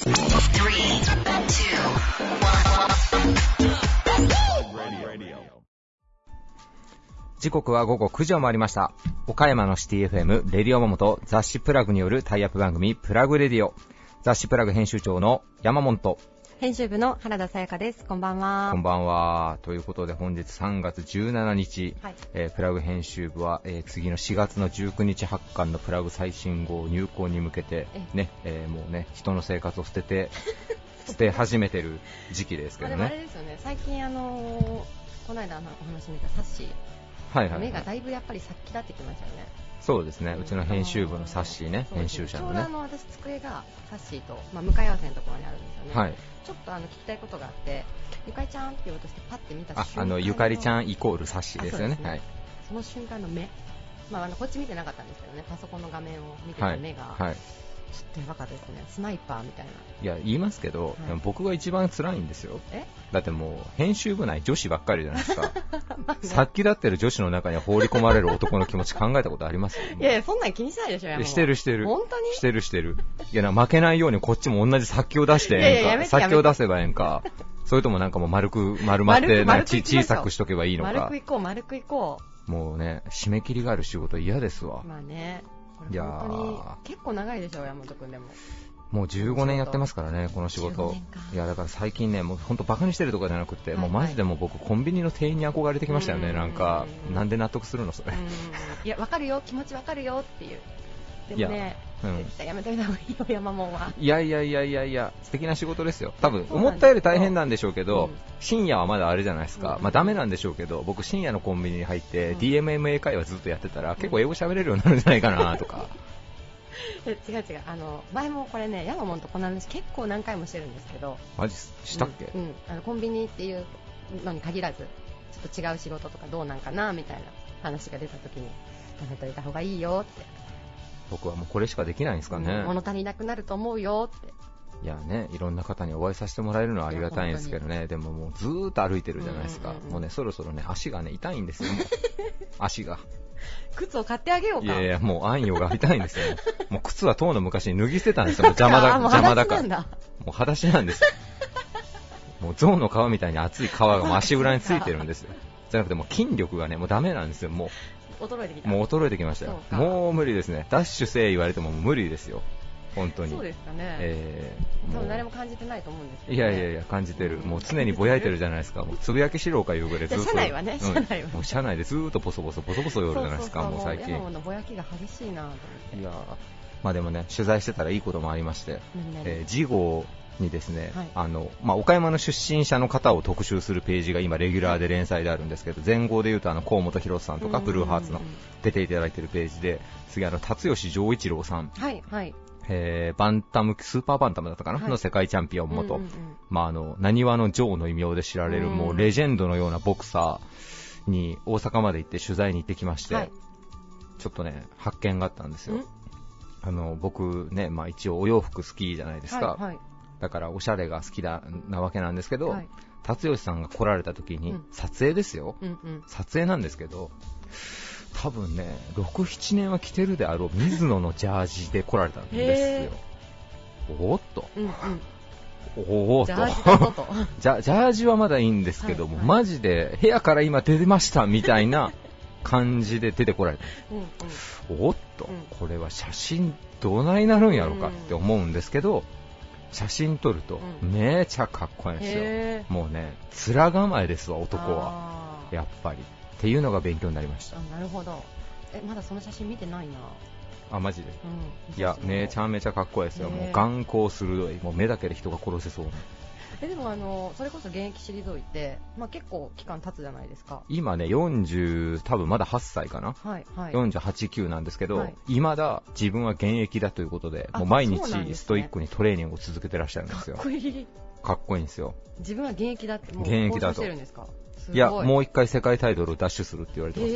時刻は午後9時を回りました。岡山のシティ FM レディオモモと雑誌プラグによるタイアップ番組プラグレディオ。雑誌プラグ編集長の山本と編集部の原田さやかです。こんばんは。 こんばんは。ということで本日3月17日、はいプラグ編集部は、次の4月の19日発刊のプラグ最新号入稿に向けて、ねもうね人の生活を捨て始めてる時期ですけどね。 あれですよね。最近この間お話見たサッシー、目がだいぶやっぱり殺気立ってきましたよね。 そうですね、うちの編集部のサッシーね、編集者のね。 ちょうど私机がサッシーと、向かい合わせのところにあるんですよね。はい、ちょっと聞きたいことがあって、ゆかりちゃんって言おうとしてパッて見た瞬間ゆかりちゃんイコールサッシーですよね。はい、 その瞬間の目、こっち見てなかったんですけどね、パソコンの画面を見てた目が、はいちょっとやばかったですね。スナイパーみたいな。 いや言いますけど、でも僕が一番辛いんですよ。だってもう編集部内女子ばっかりじゃないですか。さっきだってる女子の中に放り込まれる男の気持ち考えたことあります？ いやそんなん気にしないでしょ。 してる。 本当にしてる。いや負けないようにこっちも同じ殺気を出してええんか、殺気を出せばええんか。それともなんかもう丸まって小さくしとけばいいのか。 丸くいこう。もうね締め切りがある仕事嫌ですわ。 まあね。いや本当に結構長いでしょ山本君でも。 もう15年やってますからねこの仕事。いやだから最近ねもう本当バカにしてるとかじゃなくて、もうマジでもう僕コンビニの店員に憧れてきましたよね。なんで納得するのそれ。 いやわかるよ、気持ちわかるよっていう。でもね絶対やめてみた方がいいよ山本は。いや素敵な仕事ですよ。多分思ったより大変なんでしょうけど、深夜はまだあれじゃないですか。ダメなんでしょうけど、僕深夜のコンビニに入って DMMA 会話ずっとやってたら結構英語喋れるようになるんじゃないかなとか。 違う前もこれね山本とこの話結構何回もしてるんですけど。 マジしたっけ？ コンビニっていうのに限らずちょっと違う仕事とかどうなんかなみたいな話が出た時にやめといた方がいいよって。 僕はもうこれしかできないんですかね。 物足りなくなると思うよって。 いやね、いろんな方にお会いさせてもらえるのはありがたいんですけどね。でももうずーっと歩いてるじゃないですか。もうねそろそろね足がね痛いんですよ。足が靴を買ってあげようか。 いやもう暗夜が痛いんですよ。もう靴は当の昔に脱ぎ捨てたんですよ。もう邪魔だから。もう裸足なんですよ。もう象の皮みたいに厚い皮がもう足裏についてるんですよ。じゃなくてもう筋力がねもうダメなんですよ。もう衰えてきましたよ。もう無理ですね。ダッシュせえ言われてももう無理ですよ。本当に。 そうですかね。多分誰も感じてないと思うんですけど、ね。いや感じてる。もう常にぼやいてるじゃないですか。もうつぶやきしろうかいうぐらいずっと。 車内はね。 もう車内でずーっとボソボソ夜るじゃないですか。もう最近。 もうぼやきが激しいなと思って。 いやでもね取材してたらいいこともありまして、次号にですね、岡山の出身者の方を特集するページが今レギュラーで連載であるんですけど、前号でいうと河本博さんとかブルーハーツの出ていただいているページで、次辰吉丈一郎さん、バンタムスーパーバンタムだったかな、の世界チャンピオン元、なにわのジョーの異名で知られるもうレジェンドのようなボクサーに大阪まで行って取材に行ってきまして、ちょっとね発見があったんですよ。僕ね、一応お洋服好きじゃないですか。だからおしゃれが好きなわけなんですけど、辰吉さんが来られた時に、撮影ですよ、撮影なんですけど、多分ね 6,7 年は着てるであろう水野のジャージで来られたんですよ。おーっと、おーっとジャージはまだいいんですけども、マジで部屋から今出てましたみたいな感じで出てこられた。おっと、これは写真どないなるんやろかって思うんですけど、写真撮るとめちゃかっこいいんですよ。もうね面構えですわ男はやっぱりっていうのが勉強になりました。 なるほど。まだその写真見てないな。 マジで、いやめちゃめちゃかっこいいですよ。もう眼光鋭い、もう目だけで人が殺せそうな。 でもそれこそ現役退いて、結構期間経つじゃないですか。 今ね40多分まだ8歳かな、48、9なんですけど、未だ自分は現役だということで、もう毎日ストイックにトレーニングを続けてらっしゃるんですよ。かっこいいんですよ。 自分は現役だってもう現役だとしてるんですか？ いやもう一回世界タイトルを奪取するって言われてます、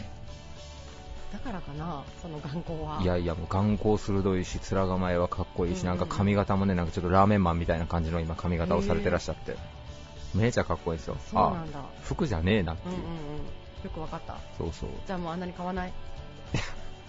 だからかなその眼光は。 いやもう眼光鋭いし面構えはかっこいいし、なんか髪型もねなんかちょっとラーメンマンみたいな感じの今髪型をされてらっしゃって、めちゃかっこいいですよ。 そうなんだ。 服じゃねえなっていう、 よくわかった。 そうじゃあもうあんなに買わない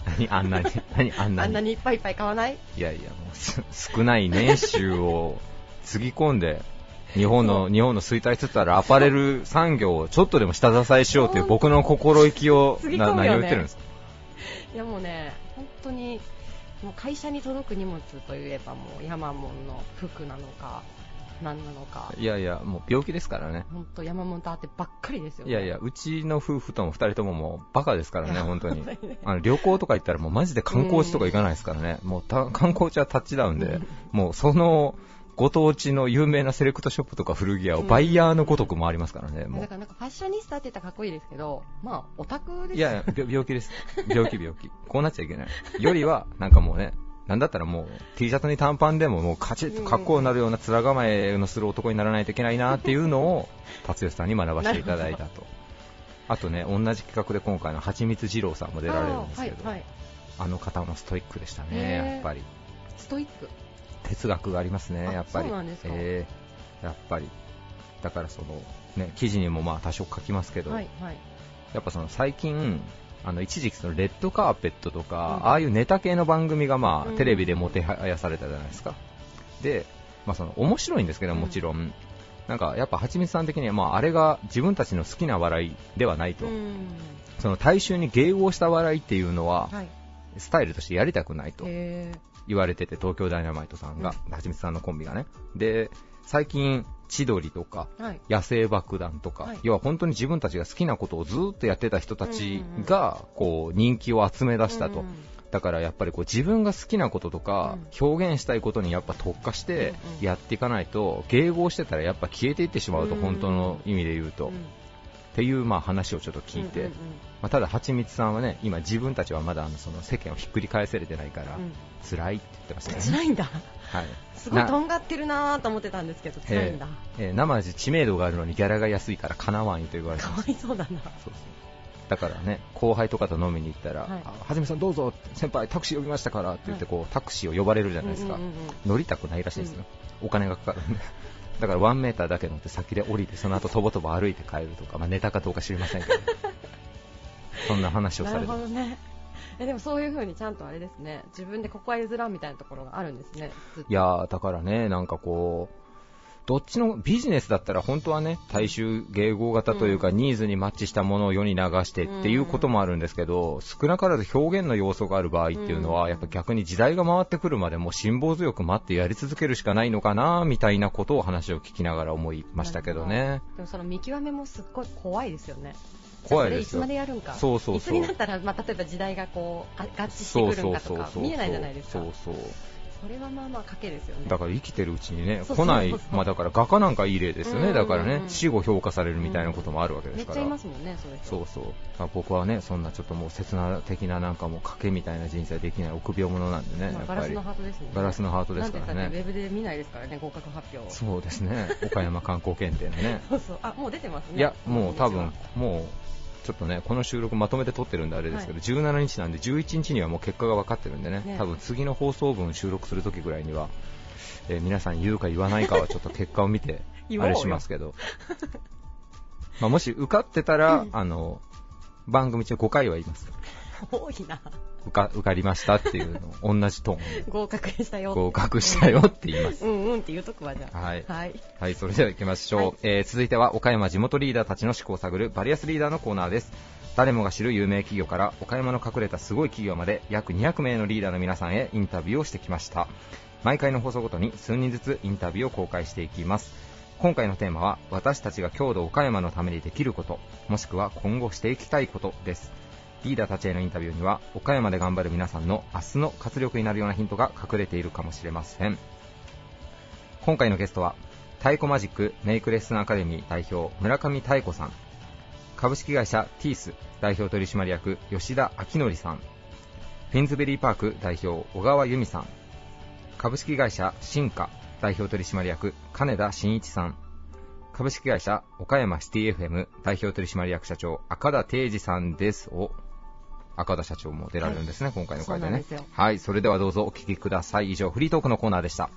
あんなにいっぱいいっぱい買わない？ いやいや、もう少ない年収をつぎ込んで日本の衰退つつあるアパレル産業をちょっとでも下支えしようという僕の心意気を、 ね、 何を言ってるんですか？ いやもうね、本当にもう会社に届く荷物といえばもうヤマモンの服なのか何なのか。 いやいや、もう病気ですからね。 本当ヤマモンと会ってばっかりですよね。 いやいや、うちの夫婦とも2人とももうバカですからね、本当に。旅行とか行ったらもうマジで観光地とか行かないですからね。もう観光地はタッチダウンで、もうそのご当地の有名なセレクトショップとか古着屋をバイヤーのごとく回りますからね。もうだからなんかファッショニスタって言ったらかっこいいですけど、まあオタクです。 いやいや、病気です。病気。こうなっちゃいけない。よりはなんかもうね、なんだったらもう T シャツに短パンでももうカチッと格好になるような面構えのする男にならないといけないなっていうのを達吉さんに学ばせていただいたと。あとね、同じ企画で今回のはちみつ二郎さんも出られるんですけど、あの方もストイックでしたね。やっぱりストイック、哲学がありますね、やっぱり。 そうなんですか。 やっぱりだからそのね、記事にもまあ多少書きますけど、やっぱその最近一時期そのレッドカーペットとか、ああいうネタ系の番組がまあテレビでもてはやされたじゃないですか。で、まあその面白いんですけど、もちろんなんかやっぱはちみつさん的にはまああれが自分たちの好きな笑いではないと、その大衆に迎合した笑いっていうのはスタイルとしてやりたくないと言われてて、東京ダイナマイトさんが、はちみつさんのコンビがね。で、最近千鳥とか、野生爆弾とか、要は本当に自分たちが好きなことをずっとやってた人たちがこう人気を集め出したと。だからやっぱりこう自分が好きなこととか表現したいことにやっぱ特化してやっていかないと、迎合してたらやっぱ消えていってしまうと、本当の意味で言うとっていうまあ話をちょっと聞いて、まあ、ただはちみつさんはね、今自分たちはまだその世間をひっくり返せれてないから、辛いって言ってましたね。 辛いんだ。 はい。 すごいとんがってるなと思ってたんですけど、辛いんだ。 生地知名度があるのにギャラが安いからかなわんよと言われてます。 かわいそうだな。 そうだからね、後輩とかと飲みに行ったら、はじめさんどうぞ、先輩タクシー呼びましたからって言ってこう、タクシーを呼ばれるじゃないですか。乗りたくないらしいですよ。お金がかかるんで。だから1メーターだけ乗って先で降りて、その後とぼとぼ歩いて帰るとか、まあ、ネタかどうか知りませんけどそんな話をされて。 なるほどね。でもそういう風にちゃんとあれですね、自分でここは譲らんみたいなところがあるんですね。 いやだからね、なんかこうどっちのビジネスだったら本当はね、大衆迎合型というか、ニーズにマッチしたものを世に流してっていうこともあるんですけど、少なからず表現の要素がある場合っていうのは、やっぱ逆に時代が回ってくるまでも辛抱強く待ってやり続けるしかないのかなみたいなことを話を聞きながら思いましたけどね。 でもその見極めもすっごい怖いですよね。 怖いですよ。 いつまでやるんか。 そうそうそう。 いつになったら、まあ、例えば時代がこう合致してくるんかとか見えないじゃないですか。それはまあまあ賭けですよね。だから生きてるうちにね、来ない、まあだから画家なんかいい例ですよね。だからね、死後評価されるみたいなこともあるわけですから。 めっちゃいますもんね、 そうそう。僕はね、そんなちょっともう刹那的ななんかもう賭けみたいな人生できない臆病者なんでね。 ガラスのハートですね。 ガラスのハートですからね。 なんて言ったってウェブで見ないですからね、合格発表。 そうですね。岡山観光検定のね。 そうそう。あ、もう出てますね。 いや、もう多分もう。ちょっとね、この収録まとめて撮ってるんであれですけど、17日なんで11日にはもう結果が分かってるんでね、多分次の放送分収録するときぐらいには、皆さん言うか言わないかはちょっと結果を見てあれしますけどまあもし受かってたら、番組中5回は言います。 多いな。 受かりましたっていうのを同じトーンで合格したよって言います。 って言うとくわじゃあ。 はい、それでは行きましょう。続いては岡山地元リーダーたちの思考を探るバリアスリーダーのコーナーです。誰もが知る有名企業から岡山の隠れたすごい企業まで約200名のリーダーの皆さんへインタビューをしてきました。毎回の放送ごとに数人ずつインタビューを公開していきます。今回のテーマは、私たちが郷土岡山のためにできること、もしくは今後していきたいことです。リーダーたちへのインタビューには、岡山で頑張る皆さんの明日の活力になるようなヒントが隠れているかもしれません。今回のゲストは、太鼓マジックメイクレッスンアカデミー代表村上太鼓さん、株式会社ティース代表取締役吉田明則さん、フィンズベリーパーク代表小川由美さん、株式会社新華代表取締役金田真一さん、株式会社岡山シティ FM 代表取締役社長赤田定治さんです。赤田社長も出られるんですね、今回の回でね。はい、それではどうぞお聞きください。以上、フリートークのコーナーでした。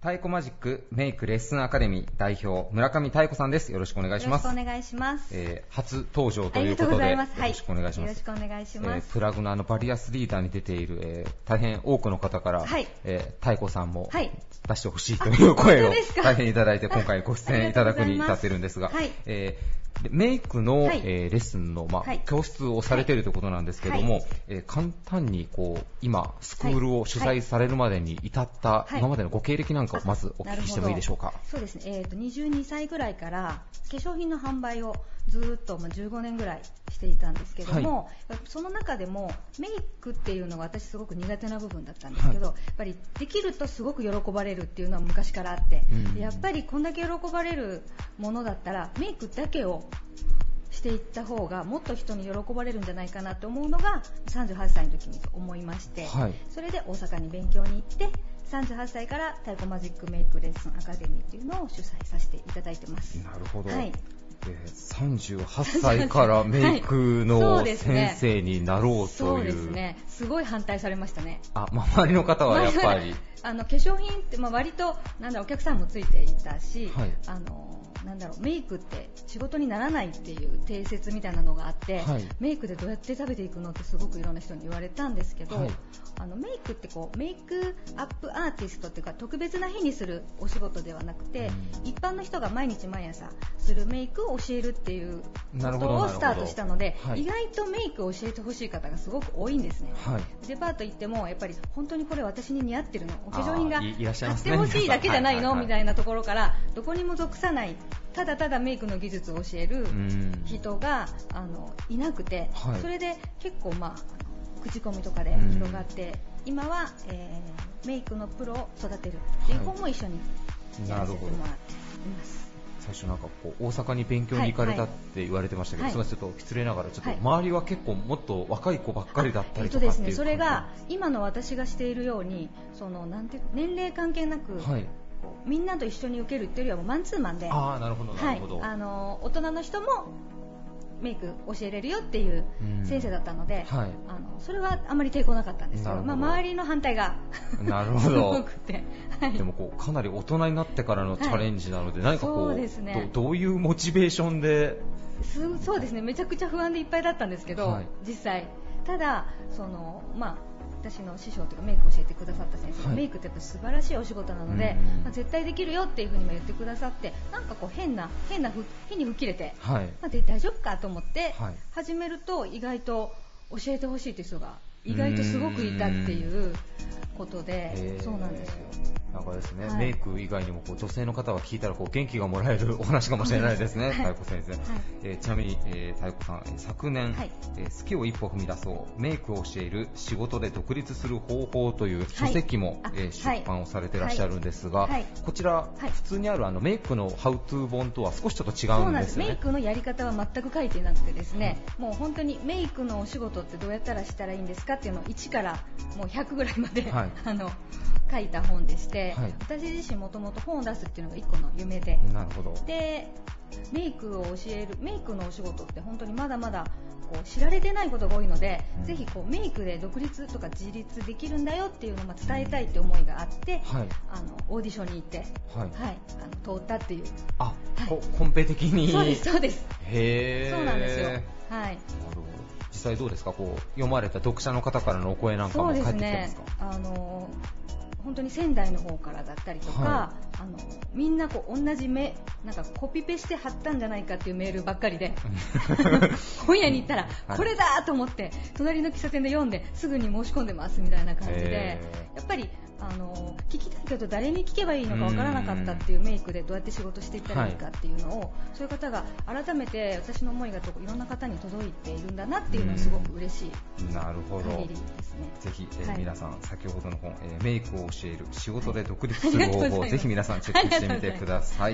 太鼓マジックメイクレッスンアカデミー代表村上太鼓さんです。よろしくお願いします。 よろしくお願いします。 初登場ということでよろしくお願いします。 よろしくお願いします。 プラグのバリアスリーダーに出ている、大変多くの方から、太鼓さんも出してほしいという声を大変いただいて、今回ご出演いただくに至っているんですが、メイクの、レッスンの、教室をされているということなんですけども、簡単に今スクールを主催されるまでに至った今までのご経歴なんかをまずお聞きしてもいいでしょうか。 そうですね、22歳ぐらいから化粧品の販売をずっと15年ぐらいしていたんですけども、その中でもメイクっていうのが私すごく苦手な部分だったんですけど、やっぱりできるとすごく喜ばれるっていうのは昔からあって、やっぱりこんだけ喜ばれるものだったらメイクだけをしていった方がもっと人に喜ばれるんじゃないかなと思うのが38歳の時に思いまして、それで大阪に勉強に行って38歳から太鼓マジックメイクレッスンアカデミーというのを主催させていただいてます。 なるほど、38歳からメイクの先生になろうという、 そうですね、すごい反対されましたね。 周りの方はやっぱり化粧品って割とお客さんもついていたし、メイクって仕事にならないっていう定説みたいなのがあって、メイクでどうやって食べていくのってすごくいろんな人に言われたんですけど、メイクってメイクアップアーティストっていうか特別な日にするお仕事ではなくて、一般の人が毎日毎朝するメイクを教えるっていうことをスタートしたので、意外とメイクを教えてほしい方がすごく多いんですね。デパート行ってもやっぱり本当にこれ私に似合ってるの、お化粧品が買ってほしいだけじゃないのみたいなところからどこにも属さない、ただただメイクの技術を教える人がいなくて、それで結構口コミとかで広がって、今は、メイクのプロを育てるっていう方も一緒にやらせてもらっています。 最初大阪に勉強に行かれたって言われてましたけど、すみません、ちょっと失礼ながら周りは結構もっと若い子ばっかりだったりとかっていう、 それが今の私がしているように年齢関係なく、みんなと一緒に受けるっていうよりはマンツーマンで、 なるほどなるほど、 大人の人もメイク教えれるよっていう先生だったので、それはあまり抵抗なかったんですけど、周りの反対がなるほど多くて、 でもかなり大人になってからのチャレンジなので、何かどういうモチベーションで。 そうですね、めちゃくちゃ不安でいっぱいだったんですけど、実際ただ私の師匠というかメイクを教えてくださった先生が、メイクってやっぱ素晴らしいお仕事なので、絶対できるよっていう風にも言ってくださって、変な火に吹っ切れて、で大丈夫かと思って始めると、意外と教えてほしいという人が意外とすごくいたっていうことで、そうなんですよ。 なんかですね、メイク以外にも女性の方は聞いたら元気がもらえるお話かもしれないですね、太鼓先生。ちなみに、太鼓さん、昨年、好きを一歩踏み出そうメイクを教える仕事で独立する方法という書籍も、出版をされてらっしゃるんですが、こちら、普通にあるメイクのハウトゥー本とは少しちょっと違うんですよね。 メイクのやり方は全く書いてなくてですね、もう本当にメイクのお仕事ってどうやったらしたらいいんですかっていうのを1からもう100ぐらいまで、書いた本でして、私自身もともと本を出すっていうのが1個の夢で、でメイクを教える、メイクのお仕事って本当にまだまだ知られてないことが多いので、ぜひメイクで独立とか自立できるんだよっていうのを伝えたいって思いがあって、オーディションに行って、通ったっていう。 コンペ的に。 そうです。そうなんですよ。 なるほど。実際どうですか、読まれた読者の方からのお声なんかも返ってきてますか？ 本当に仙台の方からだったりとか、みんな同じコピペして貼ったんじゃないかっていうメールばっかりで本屋に行ったらこれだと思って隣の喫茶店で読んですぐに申し込んでますみたいな感じで、やっぱり聞きたいけど誰に聞けばいいのかわからなかったっていうメイクでどうやって仕事していったらいいかっていうのを、そういう方が改めて私の思いがいろんな方に届いているんだなっていうのはすごく嬉しい限りですね。 ぜひ、皆さん先ほどの本、メイクを教える仕事で独立する方法をぜひ皆さんチェックしてみてください。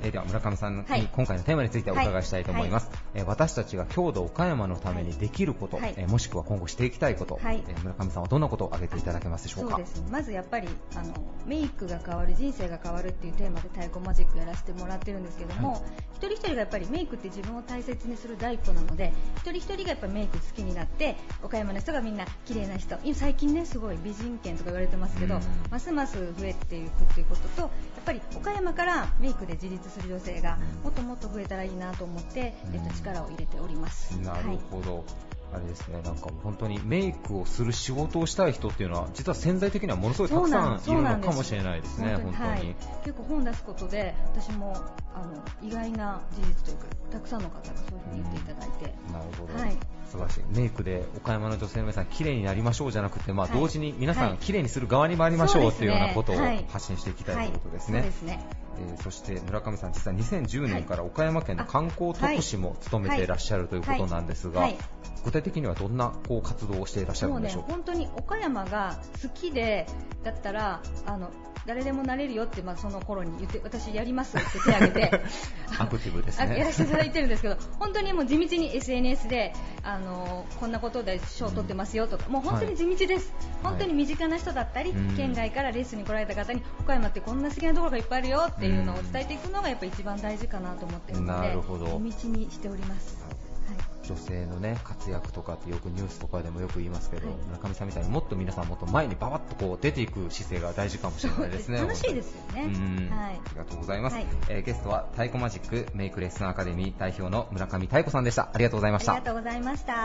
では村上さんに今回のテーマについてお伺いしたいと思います。私たちが郷土岡山のためにできること、もしくは今後していきたいこと、村上さんはどんなことを挙げていただけますでしょうか。 そうですね、まずやっぱりメイクが変わる、人生が変わるっていうテーマで太鼓マジックやらせてもらってるんですけども、一人一人がやっぱりメイクって自分を大切にする第一歩なので、一人一人がやっぱりメイク好きになって岡山の人がみんな綺麗な人、最近ねすごい美人犬とか言われてますけど、ますます増えていくっていうことと、やっぱり岡山からメイクで自立する女性がもっともっと増えたらいいなと思って、力を入れております。 なるほど、あれですね、なんか本当にメイクをする仕事をしたい人っていうのは実は潜在的にはものすごいたくさんいるのかもしれないですね。本当に、 結構本出すことで私も意外な事実というか、たくさんの方がそういうふうに言っていただいて、 なるほど、素晴らしい。メイクで岡山の女性の皆さん綺麗になりましょうじゃなくて、同時に皆さん綺麗にする側に回りましょうというようなことを発信していきたいということですね。そして村上さん、実は2010年から岡山県の観光特使も務めていらっしゃるということなんですが、具体的にはどんな活動をしていらっしゃるんでしょうか。 本当に岡山が好きでだったら誰でもなれるよって、その頃に言って、私やりますって手を挙げてアクティブですね。 やらせていただいてるんですけど、本当にもう地道に SNS でこんなことで賞を取ってますよとか、もう本当に地道です、本当に身近な人だったり、県外からレッスンに来られた方に岡山ってこんな素敵なところがいっぱいあるよっていうのを伝えていくのがやっぱり一番大事かなと思っているので、地道にしております。 女性の活躍とかってよくニュースとかでもよく言いますけど、村上さんみたいにもっと皆さんもっと前にババッと出ていく姿勢が大事かもしれないですね。 楽しいですよね。 ありがとうございます。ゲストは太鼓マジックメイクレッスンアカデミー代表の村上太子さんでした。ありがとうございました。 ありがとうございました。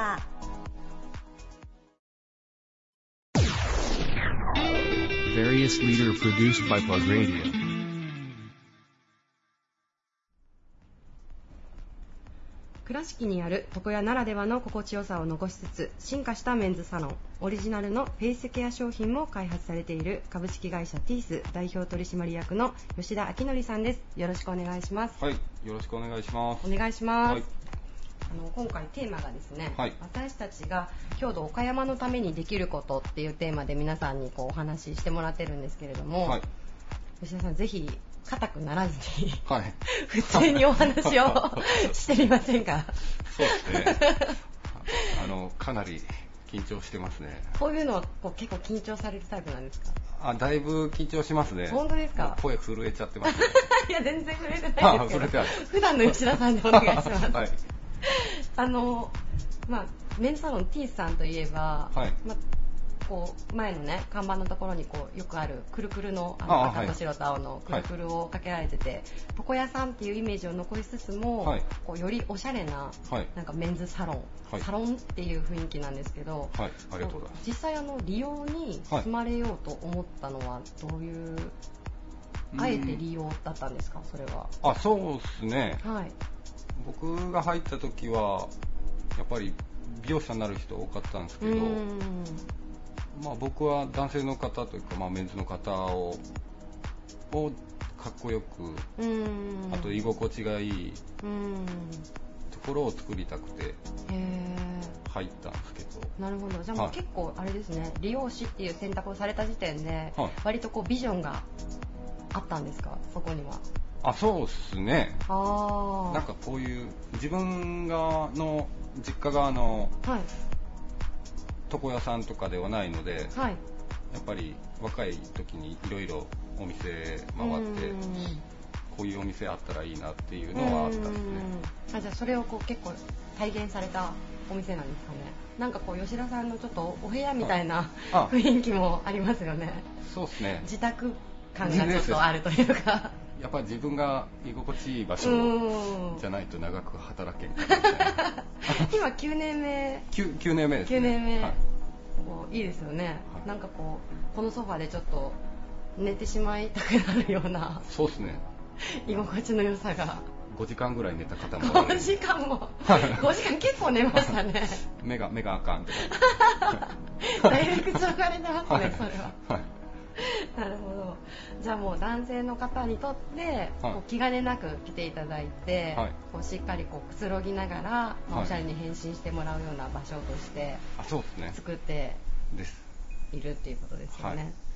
Various leader produced by Plug Radio. 倉敷にある床屋ならではの心地よさを残しつつ進化したメンズサロン、オリジナルのフェイスケア商品も開発されている株式会社ティース代表取締役の吉田明則さんです。よろしくお願いします。 はい、よろしくお願いします。 お願いします。今回テーマがですね、私たちが郷土岡山のためにできることっていうテーマで皆さんにお話ししてもらってるんですけれども、吉田さんぜひ固くならずに、普通にお話をしてみませんか。 そうですね。かなり緊張してますね。 こういうのは結構緊張されるタイプなんですか。 だいぶ緊張しますね。 本当ですか。 声震えちゃってます、ね。 いや全然震えてないですけど。普段の吉田さんでお願いします。メンズサロンティースさんといえば、前のね看板のところによくあるくるくるの赤と白と青のくるくるをかけられてて、床屋さんっていうイメージを残しつつも、よりおしゃれな、なんかメンズサロン、サロンっていう雰囲気なんですけど、 ありがとうございます。 実際利用に住まれようと思ったのはどういう、あえて利用だったんですか、それは。 そうですね。僕が入った時はやっぱり美容師さんになる人多かったんですけど、僕は男性の方というか、メンズの方をかっこよく、あと居心地がいいところを作りたくて入ったんですけど。 なるほど。じゃあもう結構あれですね、理容師っていう選択をされた時点で、割とビジョンがあったんですか、そこには。 そうですね。なんかこういう自分側の実家側の、床屋さんとかではないので、やっぱり若い時にいろいろお店回ってこういうお店あったらいいなっていうのはあったんですね。 じゃあそれを結構体現されたお店なんですかね。なんか吉田さんのちょっとお部屋みたいな雰囲気もありますよね。 そうですね。 自宅感がちょっとあるというか。 やっぱり自分が居心地いい場所じゃないと長く働けんかなみたいな。 今9年目。 9年目ですね。 9年目。いいですよね。なんかこのソファーでちょっと寝てしまいたくなるような。 そうですね。 居心地の良さが。 5時間ぐらい寝た方も。 5時間も。5時間結構寝ましたね。 目があかんとか。だいぶ口調が出てますね、それは。なるほど。じゃあもう男性の方にとって、気兼ねなく来ていただいて、しっかりくつろぎながら、おしゃれに変身してもらうような場所として作っているっていうことですよね。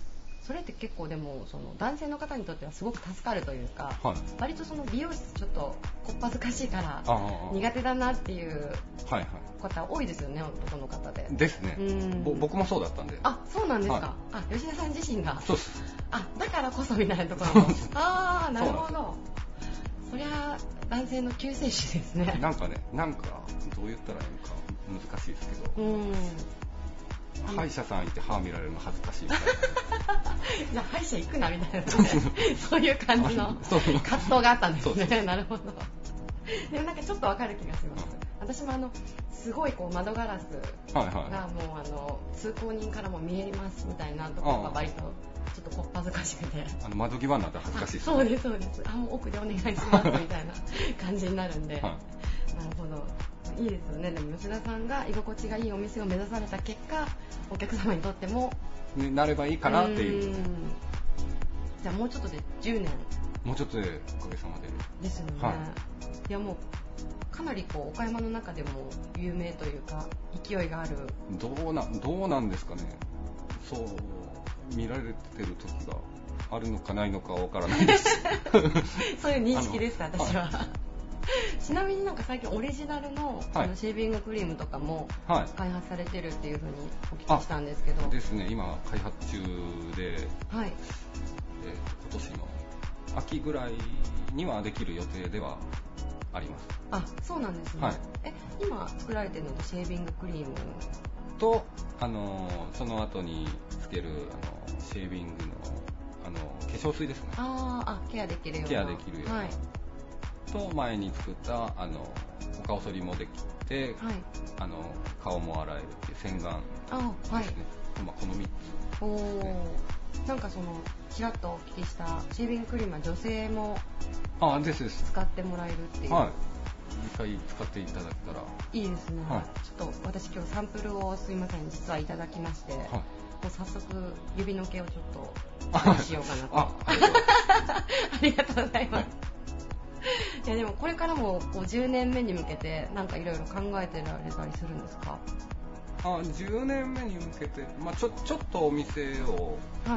それって結構でもその男性の方にとってはすごく助かるというか、割とその美容室ちょっとこっぱずかしいから苦手だなっていう方多いですよね、男の方で。 ですね。僕もそうだったんで。 あ、そうなんですか。吉田さん自身が。 そうです。 だからこそみたいなところも。なるほど。そりゃ男性の救世主ですね。 なんかどう言ったらいいのか難しいですけど。歯医者さん行って歯見られるの恥ずかしいみたいな。 じゃあ歯医者行くなみたいな、そういう感じの葛藤があったんですね。なるほど。でもなんかちょっとわかる気がします。私もすごいこう窓ガラスがもう通行人からも見えますみたいなところが割とちょっとこっぱずかしくて、 窓際になったら恥ずかしいですね。 そうですそうです。もう奥でお願いしますみたいな感じになるんで、なるほど。いいですよね。でも吉田さんが居心地がいいお店を目指された結果、お客様にとってもなればいいかなっていう。 じゃあもうちょっとで10年。 もうちょっとでおかげさまで。 ですよね。いやもうかなりこう岡山の中でも有名というか勢いがある。 どうなんですかね。そう見られてる時があるのかないのかわからないです。 そういう認識ですか、私は。ちなみになんか最近オリジナルのシェービングクリームとかも開発されてるっていうふうにお聞きしたんですけど。 ですね、今開発中で、今年の秋ぐらいにはできる予定ではあります。 そうなんですね。今作られてるのってシェービングクリームとその後につけるシェービングの化粧水ですね。 ケアできるような。 ケアできるような。と前に作ったお顔剃りもできて、顔も洗えるっていう洗顔ですね。この3つ、ね。 なんかそのちらっとお聞きしたシェービングクリームは女性もです使ってもらえるっていう。 一回使っていただけたらいいですね。ちょっと私今日サンプルをすいません実はいただきまして、もう早速指の毛をちょっとしようかなと。ありがとうございます。いやでもこれからも10年目に向けてなんかいろいろ考えてられたりするんですか ？10年目に向けて、ちょっとお店を、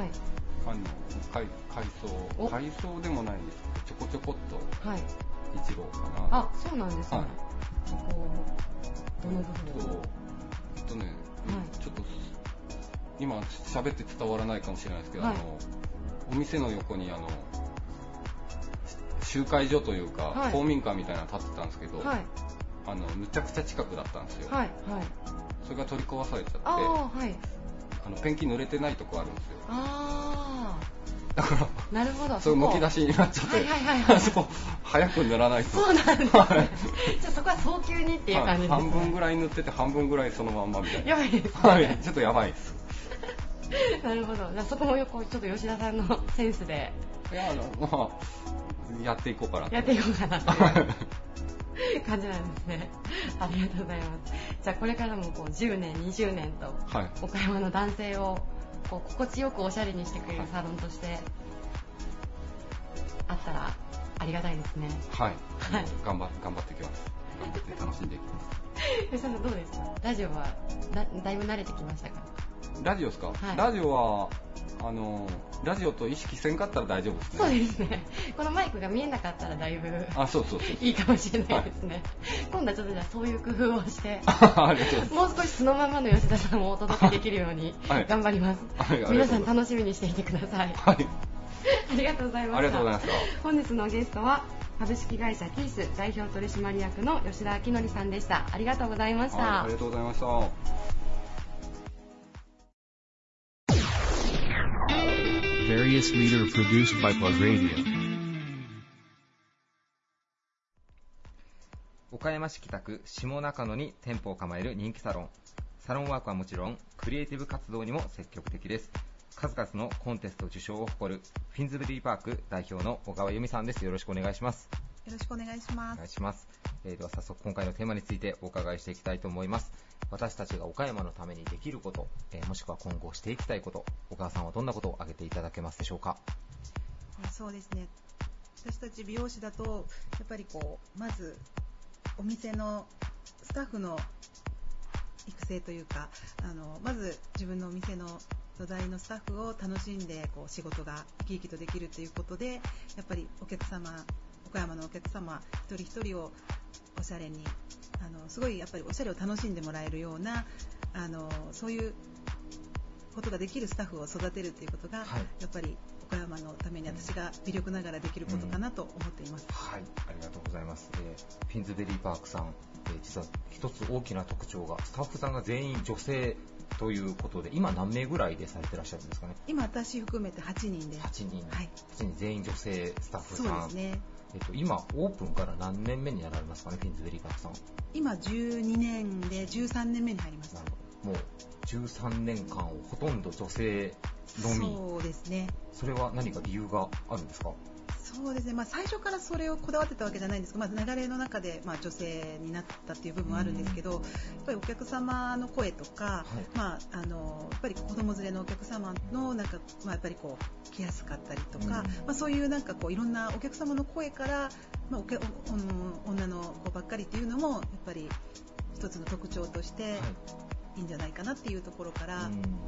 改装でもないんですけど、ちょこっと一郎かな。 そうなんですね。どの部分を？ ちょっと今喋って伝わらないかもしれないですけど、お店の横に集会所というか、公民館みたいなの建ってたんですけど、むちゃくちゃ近くだったんですよ。それが取り壊されちゃって、ペンキ濡れてないとこあるんですよ。だからなるほど、 それむき出しになっちゃって、そこ早く塗らないと。 そうなんですね。じゃあそこは早急にっていう感じですね。 半分ぐらい塗ってて半分ぐらいそのまんまみたいな。 やばいですね。 ちょっとやばいです。 なるほど。じゃあそこもちょっと吉田さんのセンスで。 やっていこうかなっていう感じなんですね。ありがとうございます。じゃあこれからも10年20年と、岡山の男性を心地よくおしゃれにしてくれるサロンとしてあったらありがたいですね。 頑張っていきます。頑張って楽しんでいきます。 吉田さんどうですか？ラジオはだいぶ慣れてきましたか？ ラジオですか？ラジオはラジオと意識せんかったら大丈夫ですね。 そうですね。このマイクが見えなかったらだいぶいいかもしれないですね。今度はちょっとじゃあそういう工夫をしてもう少しそのままの吉田さんをお届けできるように頑張ります。皆さん楽しみにしていてください。ありがとうございました。本日のゲストは株式会社ティース代表取締役の吉田明則さんでした。ありがとうございました。 ありがとうございました。 Various leader produced by Plug Radio。 岡山市北区下中野に店舗を構える人気サロン。サロンワークはもちろんクリエイティブ活動にも積極的です。数々のコンテスト受賞を誇るフィンズベリーパーク代表の小川由美さんです。よろしくお願いします。 よろしくお願いします。 お願いします。では早速今回のテーマについてお伺いしていきたいと思います。私たちが岡山のためにできること、もしくは今後していきたいこと、小川さんはどんなことを挙げていただけますでしょうか？ そうですね。私たち美容師だとやっぱりまずお店のスタッフの育成というか、まず自分のお店の土台のスタッフを楽しんでこう仕事が生き生きとできるということで、やっぱりお客様、岡山のお客様一人一人をおしゃれにすごいやっぱりおしゃれを楽しんでもらえるようなそういうことができるスタッフを育てるということが、はい、やっぱり岡山のために私が微力ながらできることかなと思っています。 はい、ありがとうございます。フィンズベリーパークさん、実は一つ大きな特徴がスタッフさんが全員女性ということで、今何名ぐらいでされてらっしゃるんですかね。 今私含めて8人で。 8人、 はい、 8人全員女性スタッフさん。 そうですね。 今オープンから何年目になられますかね、フィンズベリーパークさん。 今12年で13年目に入りました。 もう13年間をほとんど女性のみ。 そうですね。 それは何か理由があるんですか。 そうですね、最初からそれをこだわってたわけじゃないんですけど、流れの中で、女性になったっていう部分はあるんですけど、やっぱりお客様の声とか、やっぱり子供連れのお客様のやっぱりこう来やすかったりとか、そういういろんなお客様の声から、女の子ばっかりっていうのもやっぱり一つの特徴としていいんじゃないかなっていうところから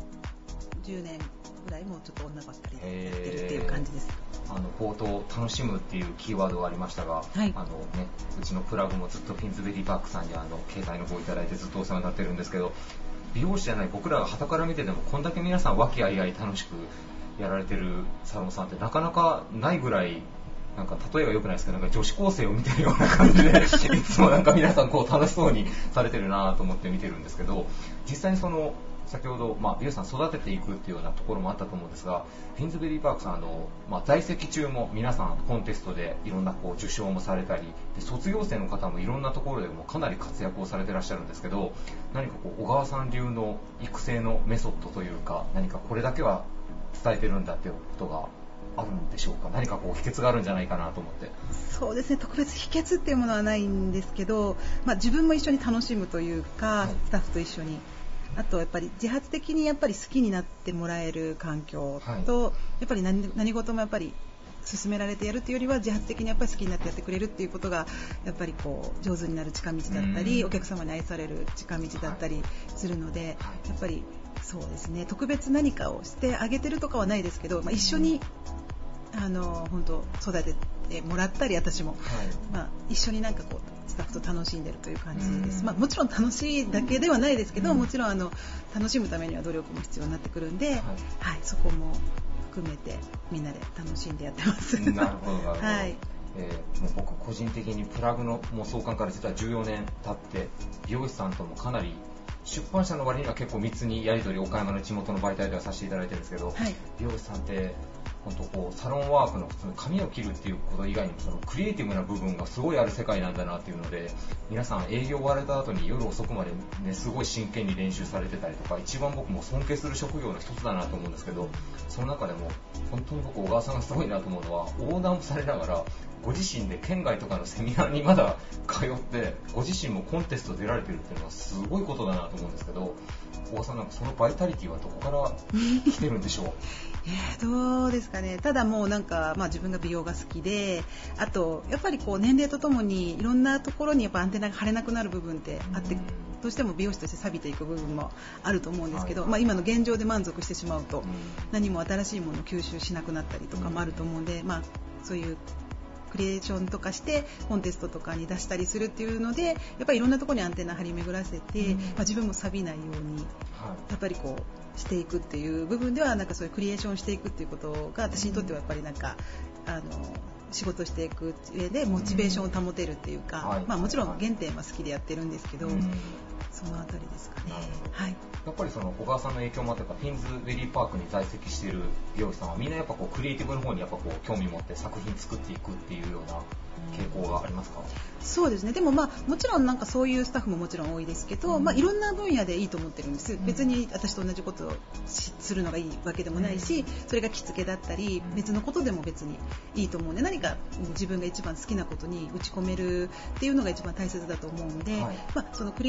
、10年ぐらいもうちょっと女ばっかりでやってるっていう感じです。 冒頭楽しむっていうキーワードがありましたが、はい、うちのプラグもずっとフィンズベリーパークさんに携帯の方いただいてずっとお世話になってるんですけど、美容師じゃない僕らが傍から見ててもこんだけ皆さん和気あいあい楽しくやられてるサロンさんってなかなかないぐらい、例えが良くないですけど女子高生を見てるような感じでいつも皆さんこう楽しそうにされてるなと思って見てるんですけど、実際に先ほど、美容師さん育てていくっていうようなところもあったと思うんですが、フィンズベリーパークさん在籍中も皆さんコンテストでいろんな受賞もされたりで、卒業生の方もいろんなところでもかなり活躍をされてらっしゃるんですけど、何か小川さん流の育成のメソッドというか、何かこれだけは伝えてるんだっていうことがあるんでしょうか。何か秘訣があるんじゃないかなと思って。 そうですね、特別秘訣っていうものはないんですけど、自分も一緒に楽しむというか、はい、スタッフと一緒に、あとやっぱり自発的にやっぱり好きになってもらえる環境と、はい、やっぱり 何事もやっぱり勧められてやるというよりは自発的にやっぱり好きになってやってくれるっていうことがやっぱり上手になる近道だったり、お客様に愛される近道だったりするので、はい、やっぱりそうですね、特別何かをしてあげてるとかはないですけど、一緒に本当育ててもらったり、私も、はい、一緒にスタッフと楽しんでるという感じです。もちろん楽しいだけではないですけど、もちろん楽しむためには努力も必要になってくるんで、はいはい、そこも含めてみんなで楽しんでやってます。 なるほどなるほど。はい、もう僕個人的にプラグの創刊から実は14年経って美容師さんともかなり出版社の割には結構密にやり取り岡山の地元の媒体ではさせていただいてるんですけど、はい、美容師さんって本当サロンワークの普通の髪を切るっていうこと以外にもクリエイティブな部分がすごいある世界なんだなっていうので、皆さん営業終われた後に夜遅くまで、すごい真剣に練習されてたりとか、一番僕も尊敬する職業の一つだなと思うんですけど、その中でも本当に僕小川さんがすごいなと思うのは、横断されながらご自身で県外とかのセミナーにまだ通ってご自身もコンテスト出られてるっていうのはすごいことだなと思うんですけど、小川さんそのバイタリティはどこから来てるんでしょう。 どうですかね。ただもう自分が美容が好きで、あとやっぱり年齢とともにいろんなところにやっぱアンテナが張れなくなる部分ってあって、どうしても美容師として錆びていく部分もあると思うんですけど、今の現状で満足してしまうと、何も新しいものを吸収しなくなったりとかもあると思うんで、そういうクリエーションとかしてコンテストとかに出したりするっていうので、やっぱりいろんなところにアンテナ張り巡らせて、自分も錆びないようにやっぱりしていくっていう部分ではそういうクリエーションしていくっていうことが私にとってはやっぱり仕事していく上でモチベーションを保てるっていうか、もちろん原点は好きでやってるんですけど、そのあたりですかね。はい、 やっぱり小川さんの影響もあってか、フィンズベリーパークに在籍している美容師さんはみんなやっぱクリエイティブの方にやっぱ興味持って作品作っていくっていうような傾向がありますか？ そうですね。でももちろんそういうスタッフももちろん多いですけど、いろんな分野でいいと思ってるんです。別に私と同じことをするのがいいわけでもないし、それが着付けだったり別のことでも別にいいと思うんで、何か自分が一番好きなことに打ち込めるっていうのが一番大切だと思うんで、そのクリエーション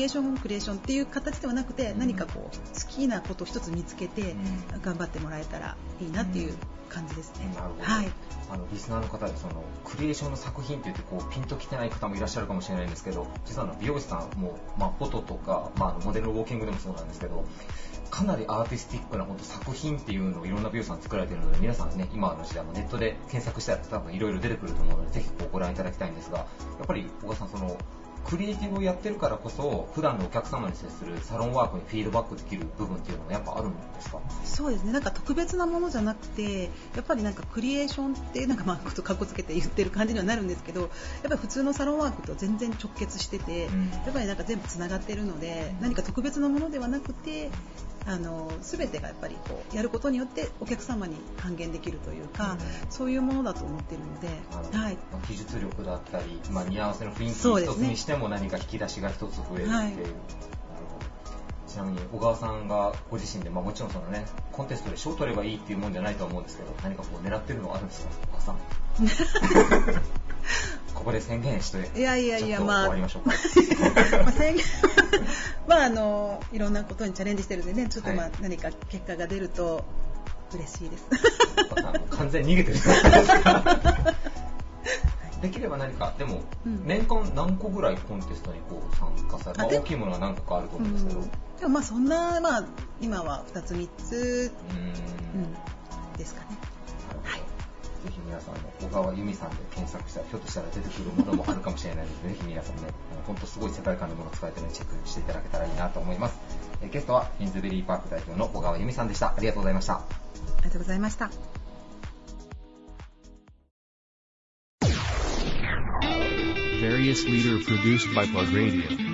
クリエーションっていう形ではなくて、何かこう好きなことを一つ見つけて頑張ってもらえたらいいなっていう感じですね。 なるほど。はい、リスナーの方でそのクリエーションの作品って言ってこうピンときてない方もいらっしゃるかもしれないんですけど、実は美容師さんも、フォトとか、モデルのウォーキングでもそうなんですけど、かなりアーティスティックな本当作品っていうのをいろんな美容師さん作られているので、皆さんね、今の時代もネットで検索したら多分いろいろ出てくると思うので、ぜひご覧いただきたいんですが、やっぱり小川さん、そのクリエイティブをやってるからこそ普段のお客様に接するサロンワークにフィードバックできる部分っていうのはやっぱあるんですか？ そうですね、なんか特別なものじゃなくて、やっぱりなんかクリエーションってなんかかっこつけて言ってる感じにはなるんですけど、やっぱり普通のサロンワークと全然直結してて、やっぱりなんか全部つながってるので、何か特別なものではなくて、全てがやっぱりこうやることによってお客様に還元できるというか、そういうものだと思っているので、はい、 技術力だったり、似合わせの雰囲気一つにしても何か引き出しが一つ増えるっていう、はい、ちなみに小川さんがご自身で、もちろんそのね、コンテストで賞を取ればいいっていうもんじゃないとは思うんですけど、何かこう狙ってるのはあるんですか、小川さん？ここで宣言して、 いや終わりましょうか。 宣言いろんなことにチャレンジしてるんでね、ちょっと何か結果が出ると嬉しいです。 完全に逃げてるじゃないですか。できれば何か、でも、年間何個ぐらいコンテストにこう参加される、大きいものは何個かあると思うんですけど、 でもそんな、今は2つ3つですかね。 ぜひ皆さん小川由美さんで検索したらひょっとしたら出てくるものもあるかもしれないので、ぜひ皆さんね、本当すごい世界観のものを使えてね、チェックしていただけたらいいなと思います。ゲストはフィンズベリーパーク代表の小川由美さんでした。ありがとうございました。 ありがとうございました。 Various leader produced by Plug Radio。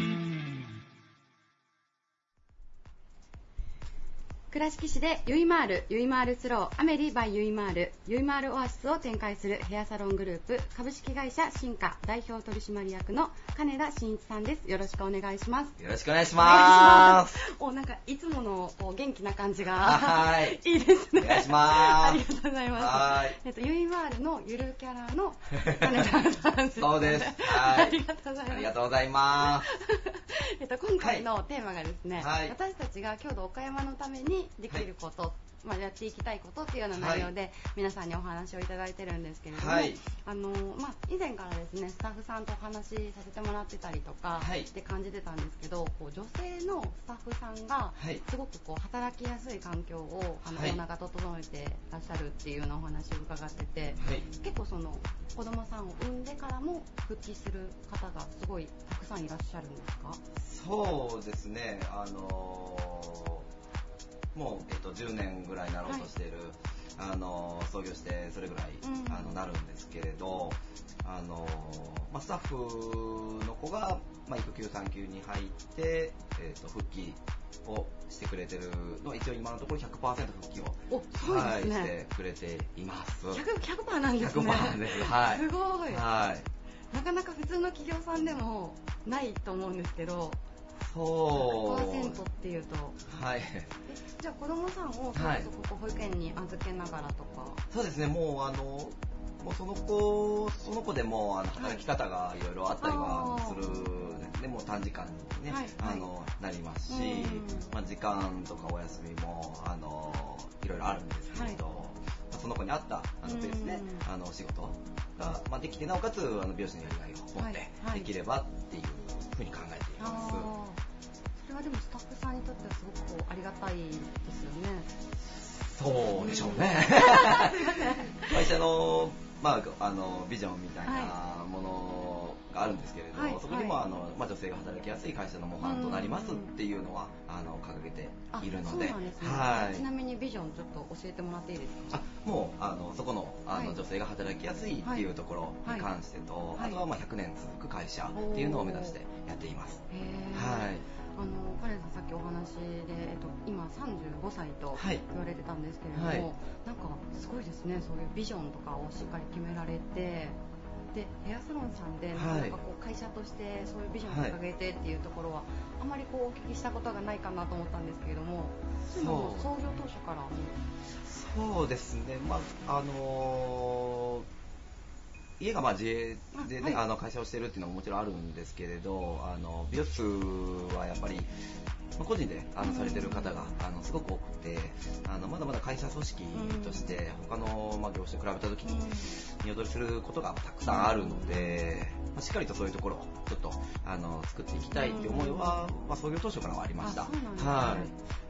倉敷市でユイマールスロー、アメリバイユイマールオアシスを展開するヘアサロングループ株式会社新華代表取締役の金田真一さんです。よろしくお願いします。 よろしくお願いします。 なんかいつもの元気な感じがいいですね。 お願いします。 ありがとうございます。ユイマールのゆるキャラの金田さんです。 そうです。 ありがとうございます。 ありがとうございます。 今回のテーマがですね、私たちが郷土岡山のためにできること、やっていきたいことっていうような内容で皆さんにお話をいただいてるんですけれども、以前からですね、スタッフさんとお話しさせてもらってたりとかって感じてたんですけど、女性のスタッフさんがすごく働きやすい環境をオーナーが整えてらっしゃるっていうようなお話を伺ってて、結構その子供さんを産んでからも復帰する方がすごいたくさんいらっしゃるんですか？ そうですね、もう、10年ぐらいになろうとしている、創業してそれぐらい、なるんですけれど、スタッフの子が、育休産休に入って、復帰をしてくれてるのは一応今のところ 100% 復帰を、してくれています。 100% なんですね。 100% です。はい。 すごい。なかなか普通の企業さんでもないと思うんですけど、100% っていうと、じゃあ子供さんをそれこそここ保育園に預けながらとか。 そうですね、もうその子でも働き方がいろいろあったりはするので、もう短時間にね、なりますし、時間とかお休みもいろいろあるんですけれど、その子に合ったペースでお仕事ができて、なおかつ美容師のやりがいを持ってできればっていうふうに考えています。 それはでもスタッフさんにとってはすごくありがたいですよね。 そうでしょうね。会社のビジョンみたいなものがあるんですけれど、そこにも女性が働きやすい会社の模範となりますっていうのは掲げているので。 そうなんですね。ちなみにビジョンちょっと教えてもらっていいですか？ もうそこの女性が働きやすいっていうところに関してと、あとは100年続く会社っていうのを目指してやっています。 カレンさんさっきお話で、今35歳と言われてたんですけれども、なんかすごいですね、そういうビジョンとかをしっかり決められて、でヘアサロンさんでなんか会社としてそういうビジョンを掲げてっていうところはあまりお聞きしたことがないかなと思ったんですけれども、そういうのも創業当初から。 そうですね、 家が自営で、ね、会社をしているっていうのももちろんあるんですけれど、美容室はやっぱり個人でされてる方がすごく多くて、まだまだ会社組織として他の業種と比べた時に見劣りすることがたくさんあるので、しっかりとそういうところをちょっと作っていきたいっていう思いは、創業当初からはありました。 そうなんですね。はい、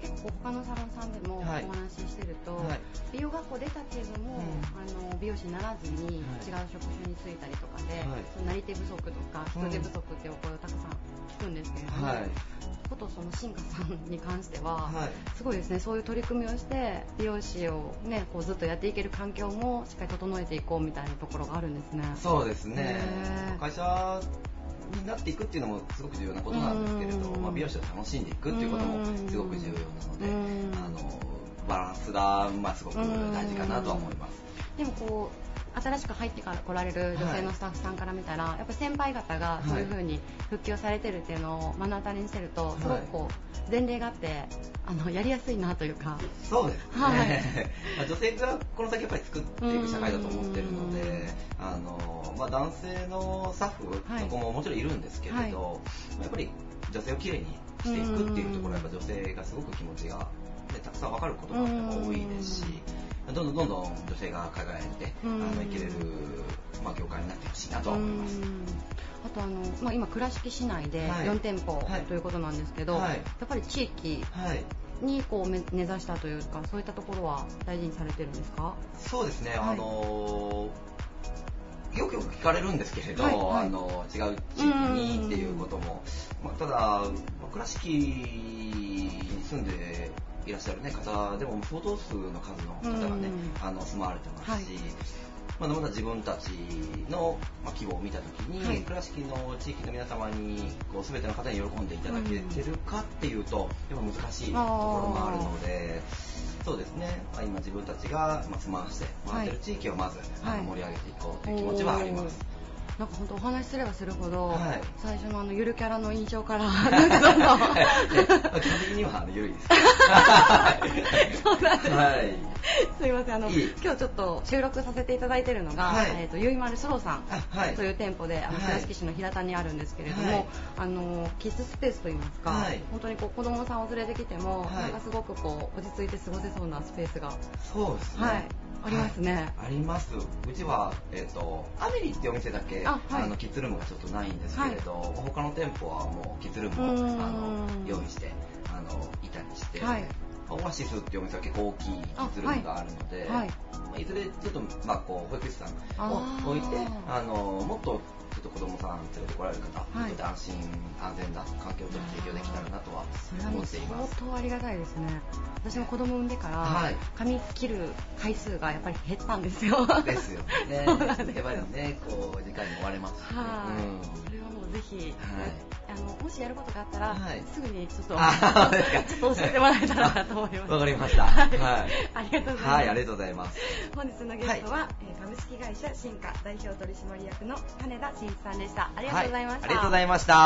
結構他のサロンさんでもお話ししてると、はい、美容学校出たけれども、美容師にならずに違う職種に就いたりとかで、なり手不足とか人手不足っていうお声をたくさん聞くんですけれども、ことその新華さんに関しては、すごいですね。そういう取り組みをして美容師をねこうずっとやっていける環境もしっかり整えていこうみたいなところがあるんですね。 そうですね。会社になっていくっていうのもすごく重要なことなんですけれど、美容師を楽しんでいくっていうこともすごく重要なので、バランスがすごく大事かなとは思います。 でもこう新しく入ってから来られる女性のスタッフさんから見たら、やっぱり先輩方がそういう風に復帰をされてるっていうのを目の当たりにしてると、すごくこう前例があってやりやすいなというか。 そうですね。女性がこの先やっぱり作っていく社会だと思ってるので、男性のスタッフとかももちろんいるんですけれど、やっぱり女性をきれいにしていくっていうところはやっぱ女性がすごく気持ちが、たくさん分かることが多いですし、どんどん女性が輝いて生きれる、業界になってほしいなと思います。 あと今倉敷市内で4店舗ということなんですけど、やっぱり地域にこう目指したというか、そういったところは大事にされてるんですか？ そうですね。よく聞かれるんですけれど、違う地域にっていうことも、ただ倉敷に住んでいらっしゃる、方でも相当数の数の方がね、住まわれてますし、まだまだ自分たちの希望を見たときに、倉敷の地域の皆様に全ての方に喜んでいただけてるかっていうと、やっぱ難しいところもあるので、そうですね。今自分たちが住まわしてもらってる地域をまず盛り上げていこうという気持ちはあります。 なんか本当お話しすればするほど、最初のゆるキャラの印象からなんか基本的にはゆるいです。 そうなんです。すいません。今日ちょっと収録させていただいているのが、ゆいまるスローさんという店舗で倉敷市の平田にあるんですけれども、キッズスペースといいますか、本当に子供さんを連れてきても、なんかすごく落ち着いて過ごせそうなスペースが、 そうですね。 ありますね。 あります。うちはアメリっていうお店だけキッズルームがちょっとないんですけれど、他の店舗はもうキッズルームを用意していたりして、オアシスっていうお店は結構大きいキッズルームがあるので、いずれちょっと保育士さんを置いてもっとちょっと子供さん連れてこられる方にとって安心安全な環境を提供できたらなとは思っています。 相当ありがたいですね。私も子供産んでから髪切る回数がやっぱり減ったんですよ。 ですよね。やっぱりね、時間に追われますしね。それはもうぜひ、もしやることがあったら、すぐにちょっと教えてもらえたらなと思います。 わかりました。 ありがとうございます。 ありがとうございます。 本日のゲストは、株式会社新華代表取締役の金田真一さんでした。ありがとうございました。 ありがとうございました。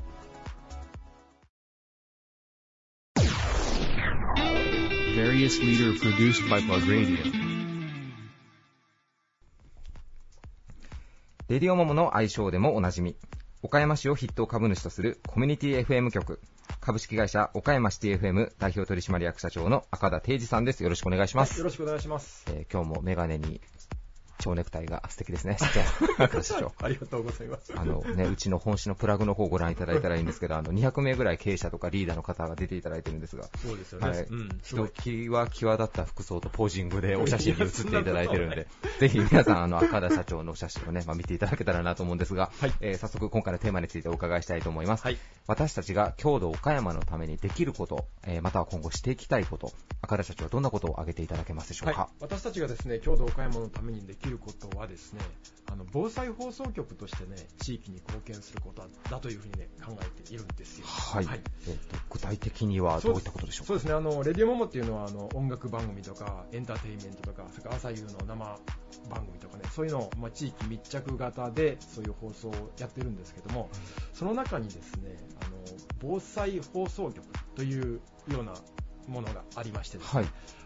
Various leader produced by Plug Radio。 レディオモモの愛称でもおなじみ、岡山市を筆頭株主とするコミュニティ FM 局、株式会社岡山シティ FM 代表取締役社長の赤田定治さんです。よろしくお願いします。 よろしくお願いします。 今日もメガネに蝶ネクタイが素敵ですね、社長。 ありがとうございます。 うちの本誌のプラグの方をご覧いただいたらいいんですけど、200名ぐらい経営者とかリーダーの方が出ていただいてるんですが、 そうですよね。 ひときわ際立った服装とポージングでお写真に写っていただいてるんで、ぜひ皆さん赤田社長の写真をね、見ていただけたらなと思うんですが、早速今回のテーマについてお伺いしたいと思います。私たちが郷土岡山のためにできること、または今後していきたいこと、赤田社長はどんなことを挙げていただけますでしょうか。 私たちがですね、郷土岡山のためにできることはですね、防災放送局としてね、地域に貢献することだというふうにね、考えているんですよ。 具体的にはどういったことでしょうか。 そうですね、レディオモモっていうのは音楽番組とかエンターテインメントとか、それから朝夕の生番組とかね、そういうのを、地域密着型でそういう放送をやってるんですけども、その中にですね、防災放送局というようなものがありましてですね、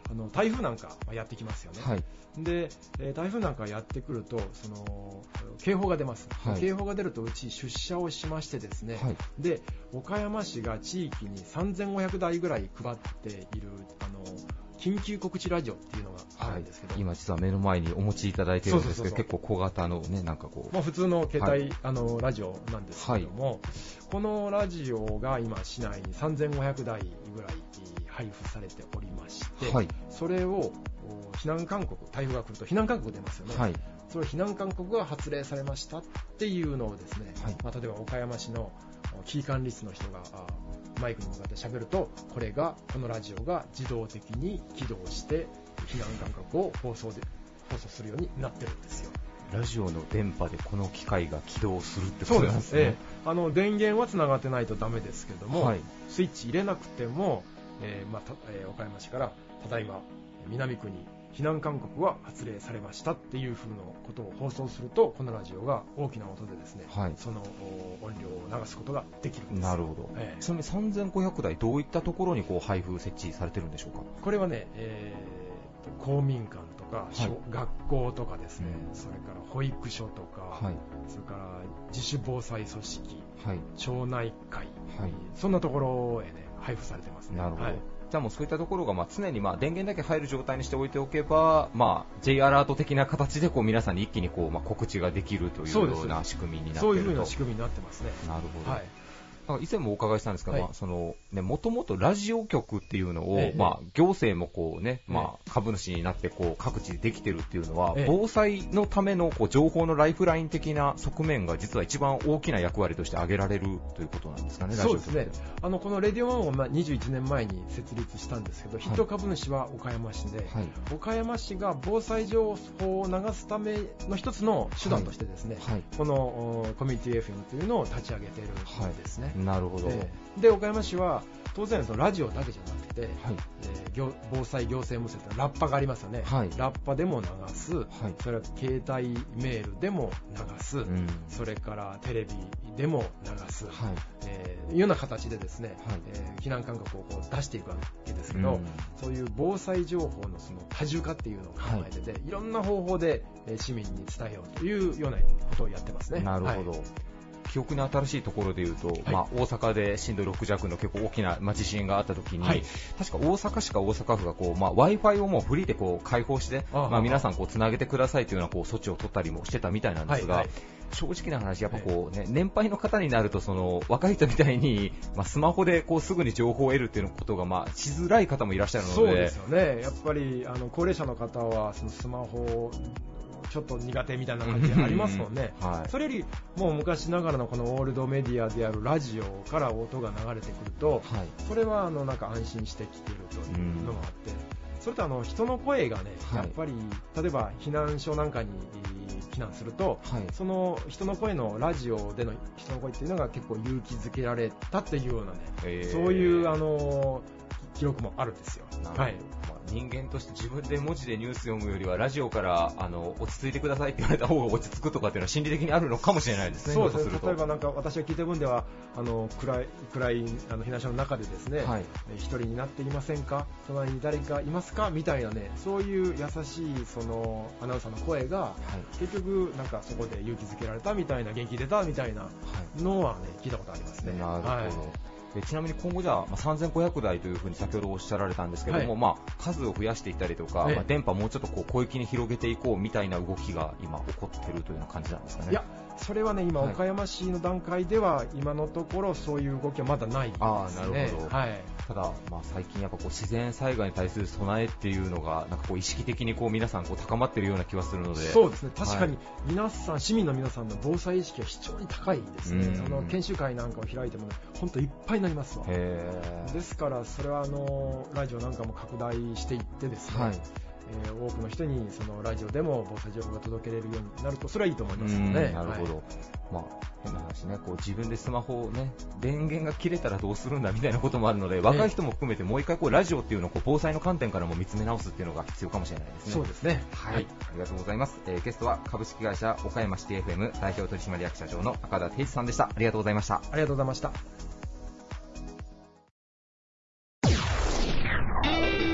台風なんかやってきますよね、はい、で台風なんかやってくるとその警報が出ます、はい、警報が出るとうち出社をしましてですね、はい、で岡山市が地域に3500台ぐらい配っている緊急告知ラジオっていうのがあるんですけど、 はい、今実は目の前にお持ちいただいているんですけど、結構小型のね、なんかこう、 普通の携帯、はい、ラジオなんですけども、はい、このラジオが今市内に3500台ぐらい配布されておりまして、はい、それを避難勧告、台風が来ると避難勧告出ますよね、はい、それ避難勧告が発令されましたっていうのをですね、はい、例えば岡山市の危機管理室の人がマイクに向かって喋ると、このラジオが自動的に起動して避難勧告を放送するようになってるんですよ。 ラジオの電波でこの機械が起動するってことなんですね。 そうです。電源はつながってないとダメですけども、はい、スイッチ入れなくても、岡山市からただいま南区に避難勧告は発令されましたっていう風のことを放送すると、このラジオが大きな音でですね、はい、その音量を流すことができるんです。 なるほど。ちなみに3500台どういったところにこう配布設置されてるんでしょうか。 これはね、公民館とか、はい、学校とかですね、それから保育所とか、はい、それから自主防災組織、はい、町内会、はい、そんなところへね配布されてますね。 なるほど。はい、じゃあもうそういったところが常に電源だけ入る状態にしておいておけば、J アラート的な形でこう皆さんに一気にこう告知ができるというような仕組みになっていると。 そういう風な仕組みになってますね。 なるほど。はい、以前もお伺いしたんですが、もともとラジオ局っていうのを、行政もこうね、株主になってこう各地でできてるっていうのは、防災のためのこう情報のライフライン的な側面が実は一番大きな役割として挙げられるということなんですかね。 そうですね。このレディオ1を21年前に設立したんですけど、筆頭株主は岡山市で、はい、岡山市が防災情報を流すための一つの手段としてですね、はい、このコミュニティ FM というのを立ち上げているんですね。 なるほど。 で岡山市は当然ラジオだけじゃなくて、はい防災行政無線というラッパがありますよね、はい、ラッパでも流す、はい、それから携帯メールでも流す、それからテレビでも流す、いうような形でですね、避難勧告をこう出していくわけですけど、そういう防災情報のその多重化っていうのを考えてて、いろんな方法で市民に伝えようというようなことをやってますね。 なるほど。記憶に新しいところでいうと、大阪で震度6弱の結構大きな地震があった時に、確か大阪市か大阪府がこう、Wi-Fi をもうフリーでこう開放して、皆さんこうつなげてくださいというようなこう措置を取ったりもしてたみたいなんですが、正直な話、やっぱこうね、年配の方になるとその若い人みたいに、スマホでこうすぐに情報を得るっていうことがしづらい方もいらっしゃるので。 そうですよね。やっぱり高齢者の方はそのスマホちょっと苦手みたいな感じありますもんね、はい、それよりもう昔ながらのこのオールドメディアであるラジオから音が流れてくると、はい、それはなんか安心して聞けるというのがあって、それと人の声がね、やっぱり例えば避難所なんかに避難すると、はい、その人の声のラジオでの人の声っていうのが結構勇気づけられたっていうようなね、そういう記録もあるんですよ。はい。 人間として自分で文字でニュース読むよりはラジオから落ち着いてくださいって言われた方が落ち着くとかっていうのは心理的にあるのかもしれないですね。 そうですね。例えばなんか私が聞いた分では暗い避難所の中でですね、一人になっていませんか、隣に誰かいますかみたいなね、そういう優しいそのアナウンサーの声が、結局なんかそこで勇気づけられたみたいな、元気出たみたいなのはね、聞いたことありますね。 なるほど。ちなみに今後じゃあ、3500台というふうに先ほどおっしゃられたんですけども、数を増やしていったりとか、電波もうちょっとこう広域に広げていこうみたいな動きが今起こっているというような感じなんですかね。 いや、それはね、今、岡山市の段階では今のところそういう動きはまだないですね。 なるほど。ただ、最近やっぱこう自然災害に対する備えっていうのがなんかこう意識的にこう皆さんこう高まっているような気がするので。 そうですね。確かに皆さん、市民の皆さんの防災意識は非常に高いですね。研修会なんかを開いてもね、本当いっぱいになりますわ。ですからそれはラジオなんかも拡大していってですね、多くの人にそのラジオでも防災情報が届けれるようになると、それはいいと思いますよね。 なるほど。変な話ね、こう自分でスマホをね、電源が切れたらどうするんだみたいなこともあるので、若い人も含めてもう一回こうラジオっていうのをこう防災の観点からも見つめ直すっていうのが必要かもしれないですね。 そうですね。 はい。ありがとうございます。ゲストは株式会社岡山シティ FM 代表取締役社長の赤田定一さんでした。ありがとうございました。 ありがとうございました。 Various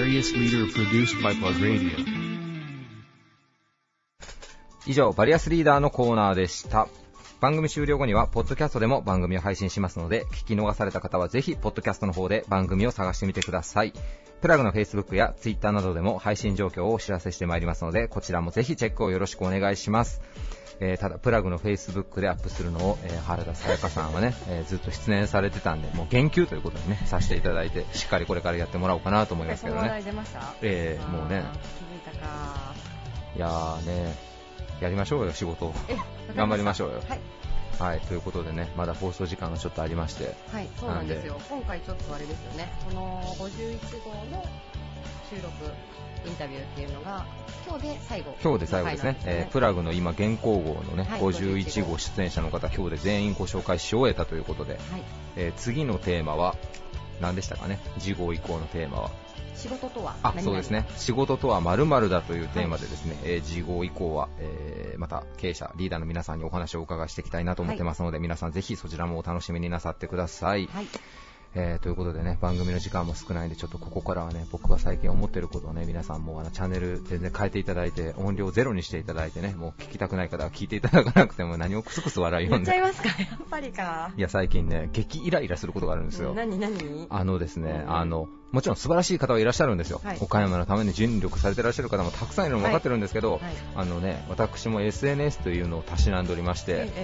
Various Leader produced by Plug Radio。 以上、バリアスリーダーのコーナーでした。番組終了後にはポッドキャストでも番組を配信しますので、聞き逃された方はぜひポッドキャストの方で番組を探してみてください。プラグの Facebook や Twitter などでも配信状況をお知らせしてまいりますので、こちらもぜひチェックをよろしくお願いします。ただプラグの Facebook でアップするのを、原田さやかさんはね、ずっと出演されてたんで、もう言及ということにねさせていただいて、しっかりこれからやってもらおうかなと思いますけどね。 その話題出ました？もうね、 気づいたか。 いやーね、やりましょうよ、仕事を頑張りましょうよ。はい、ということでね、まだ放送時間がちょっとありまして、 はい、そうなんですよ。今回ちょっとあれですよね、この51号の収録インタビューっていうのが今日で最後ですね。 プラグの今現行号のね、51号出演者の方、今日で全員ご紹介し終えたということで、次のテーマは何でしたかね。次号以降のテーマは仕事とはそうですね、仕事とは〇〇だというテーマでですね、次号以降は、また経営者リーダーの皆さんにお話をお伺いしていきたいなと思ってますので、皆さんぜひそちらもお楽しみになさってください。ということでね、番組の時間も少ないんで、ちょっとここからはね、僕が最近思っていることをね、皆さんもチャンネル全然変えていただいて、音量ゼロにしていただいてね、もう聞きたくない方は聞いていただかなくても、何をクスクス笑いよんで。 言っちゃいますか、やっぱりか。 いや、最近ね、激イライラすることがあるんですよ。 何ですね、もちろん素晴らしい方はいらっしゃるんですよ。岡山のために尽力されていらっしゃる方もたくさんいるのも分かってるんですけど、私も SNS というのをたしなんでおりまして、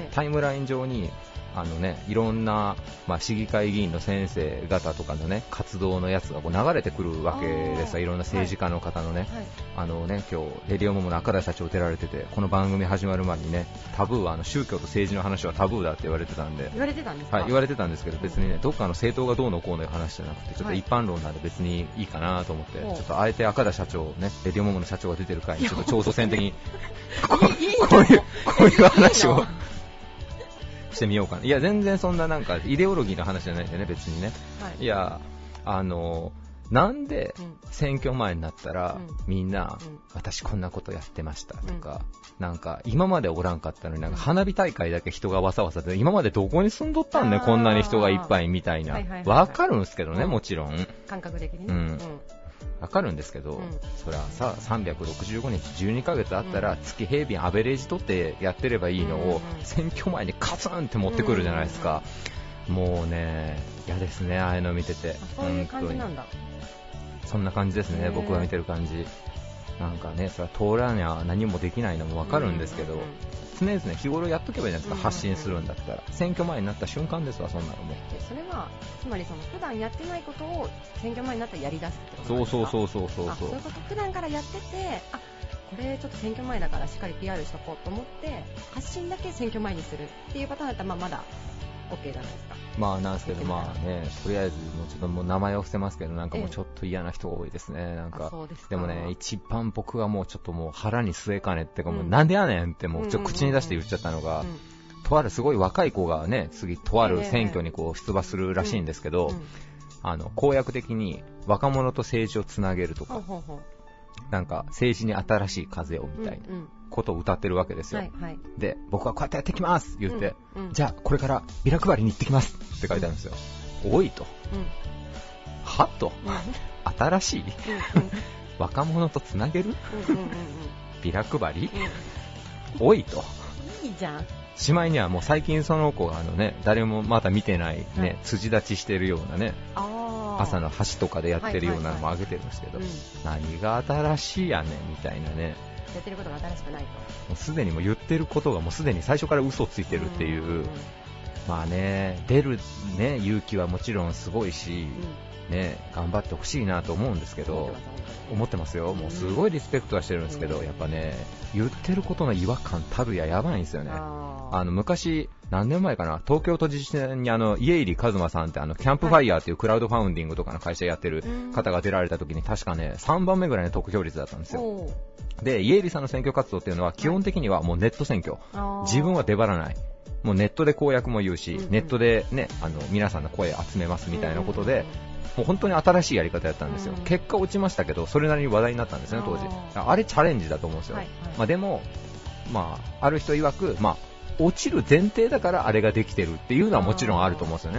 タイムライン上にいろんな、市議会議員の先生方とかのね、活動のやつがこう流れてくるわけですが、いろんな政治家の方のね、今日レディオモモの赤田社長出られてて、この番組始まる前にね、タブーは宗教と政治の話はタブーだって言われてたんで。 言われてたんですか？ はい、言われてたんですけど、別にね、どっかの政党がどうのこうのいう話じゃなくて、ちょっと一般論なんで別にいいかなと思って、ちょっとあえて赤田社長ね、レディオモモの社長が出てる回にちょっと挑戦的にこういう話をしてみようかな。いや、全然そんななんかイデオロギーの話じゃないんでね、別にね。いや、なんで選挙前になったら、みんな、私こんなことやってましたとか、なんか今までおらんかったのに、なんか花火大会だけ人がわさわさで、今までどこに住んどったんね、こんなに人がいっぱいみたいな。わかるんですけどね、もちろん。 感覚的にね。 わかるんですけど、それはさ、365日12ヶ月あったら、月平均アベレージ取ってやってればいいのを、選挙前にカツンって持ってくるじゃないですか。もうね、嫌ですね、ああいうの見てて。 そういう感じなんだ。 そんな感じですね、僕が見てる感じ。なんかね、それは通らにゃ何もできないのもわかるんですけど、常々日頃やっとけばいいじゃないですか、発信するんだったら。選挙前になった瞬間ですわ、そんなのも。 それはつまり普段やってないことを選挙前になったらやり出すってことなんですか？ そうそういうこと、普段からやってて、これちょっと選挙前だからしっかり PR しとこうと思って発信だけ選挙前にするっていうパターンだったら、まだ OK じゃないですか。 なんですけど、とりあえずもうちょっともう名前を伏せますけど、なんかもうちょっと嫌な人が多いですね。なんかでもね、一番僕がもうちょっともう腹に据えかねってか、もうなんでやねんってもうちょっと口に出して言っちゃったのが、とあるすごい若い子がね、次とある選挙にこう出馬するらしいんですけど、公約的に若者と政治をつなげるとか、なんか政治に新しい風をみたいなことを歌ってるわけですよ。で、僕はこうやってやってきます言って、じゃあこれからビラ配りに行ってきますって書いてあるんですよ。おいと、はと、新しい若者とつなげるビラ配り、おいと。 いいじゃん。 しまいにはもう最近その子が誰もまだ見てないね、辻立ちしてるようなね、朝の橋とかでやってるようなのも上げてるんですけど、何が新しいやねんみたいなね。 やってることが新しくないと。 もうすでにもう言ってることがもうすでに最初から嘘ついてるっていう、出るね、勇気はもちろんすごいし、頑張ってほしいなと思うんですけど、思ってますよ。もうすごいリスペクトはしてるんですけど、やっぱね、言ってることの違和感たるやばいんですよね。昔何年前かな、東京都知事選に家入一馬さんってキャンプファイヤーっていうクラウドファウンディングとかの会社やってる方が出られた時に、確かね3番目ぐらいの得票率だったんですよ。で、家入さんの選挙活動っていうのは基本的にはもうネット選挙、自分は出張らない、もうネットで公約も言うし、ネットでね、皆さんの声集めますみたいなことで、もう本当に新しいやり方やったんですよ。結果落ちましたけど、それなりに話題になったんですね、当時。あれチャレンジだと思うんですよ。でも、ある人曰く、落ちる前提だからあれができてるっていうのはもちろんあると思うんですよね。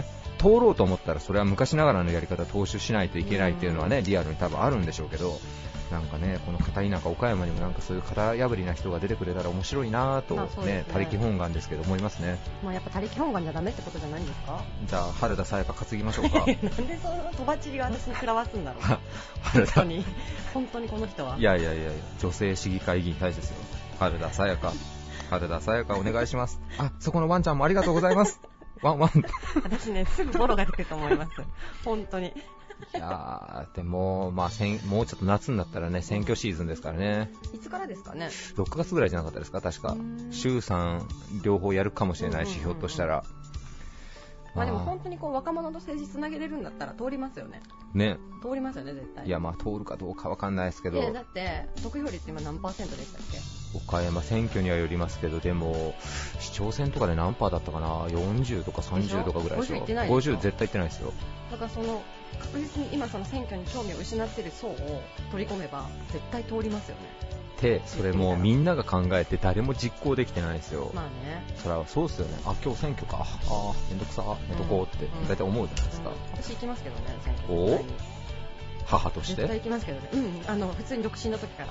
通ろうと思ったらそれは昔ながらのやり方踏襲しないといけないっていうのはね、リアルに多分あるんでしょうけど、なんかね、この片田舎岡山にもなんかそういう型破りな人が出てくれたら面白いなと、ね、他力本願ですけど思いますね。 やっぱ他力本願じゃダメってことじゃないんですか。 じゃあ原田さやか担ぎましょうか。 なんでそのとばちりが私に食らわすんだろう。本当にこの人は。 いや女性市議会議員大使ですよ。原田さやかお願いします。あ、そこのワンちゃんもありがとうございます。ワン私ね、すぐボロが出てると思います。本当に。 いやでも、もうちょっと夏になったらね、選挙シーズンですからね。 いつからですかね。 6月ぐらいじゃなかったですか、確か。衆参両方やるかもしれないし、ひょっとしたら。 でも本当に若者と政治つなげれるんだったら通りますよね。 ね。 通りますよね、絶対。 いや、通るかどうかわかんないですけど。 だって、得票率今何%でしたっけ。 岡山選挙にはよりますけど、でも市長選とかで何パーだったかな、40とか30とかぐらいでしょ。50絶対いってないですよ。 だから確実に今その選挙に興味を失っている層を取り込めば絶対通りますよね。 それもみんなが考えて誰も実行できてないですよ。 まあね。 それはそうですよね。あ、今日選挙か、めんどくさ寝とこうって大体思うじゃないですか。 私行きますけどね、選挙。 母として絶対行きますけどね。普通に独身の時から。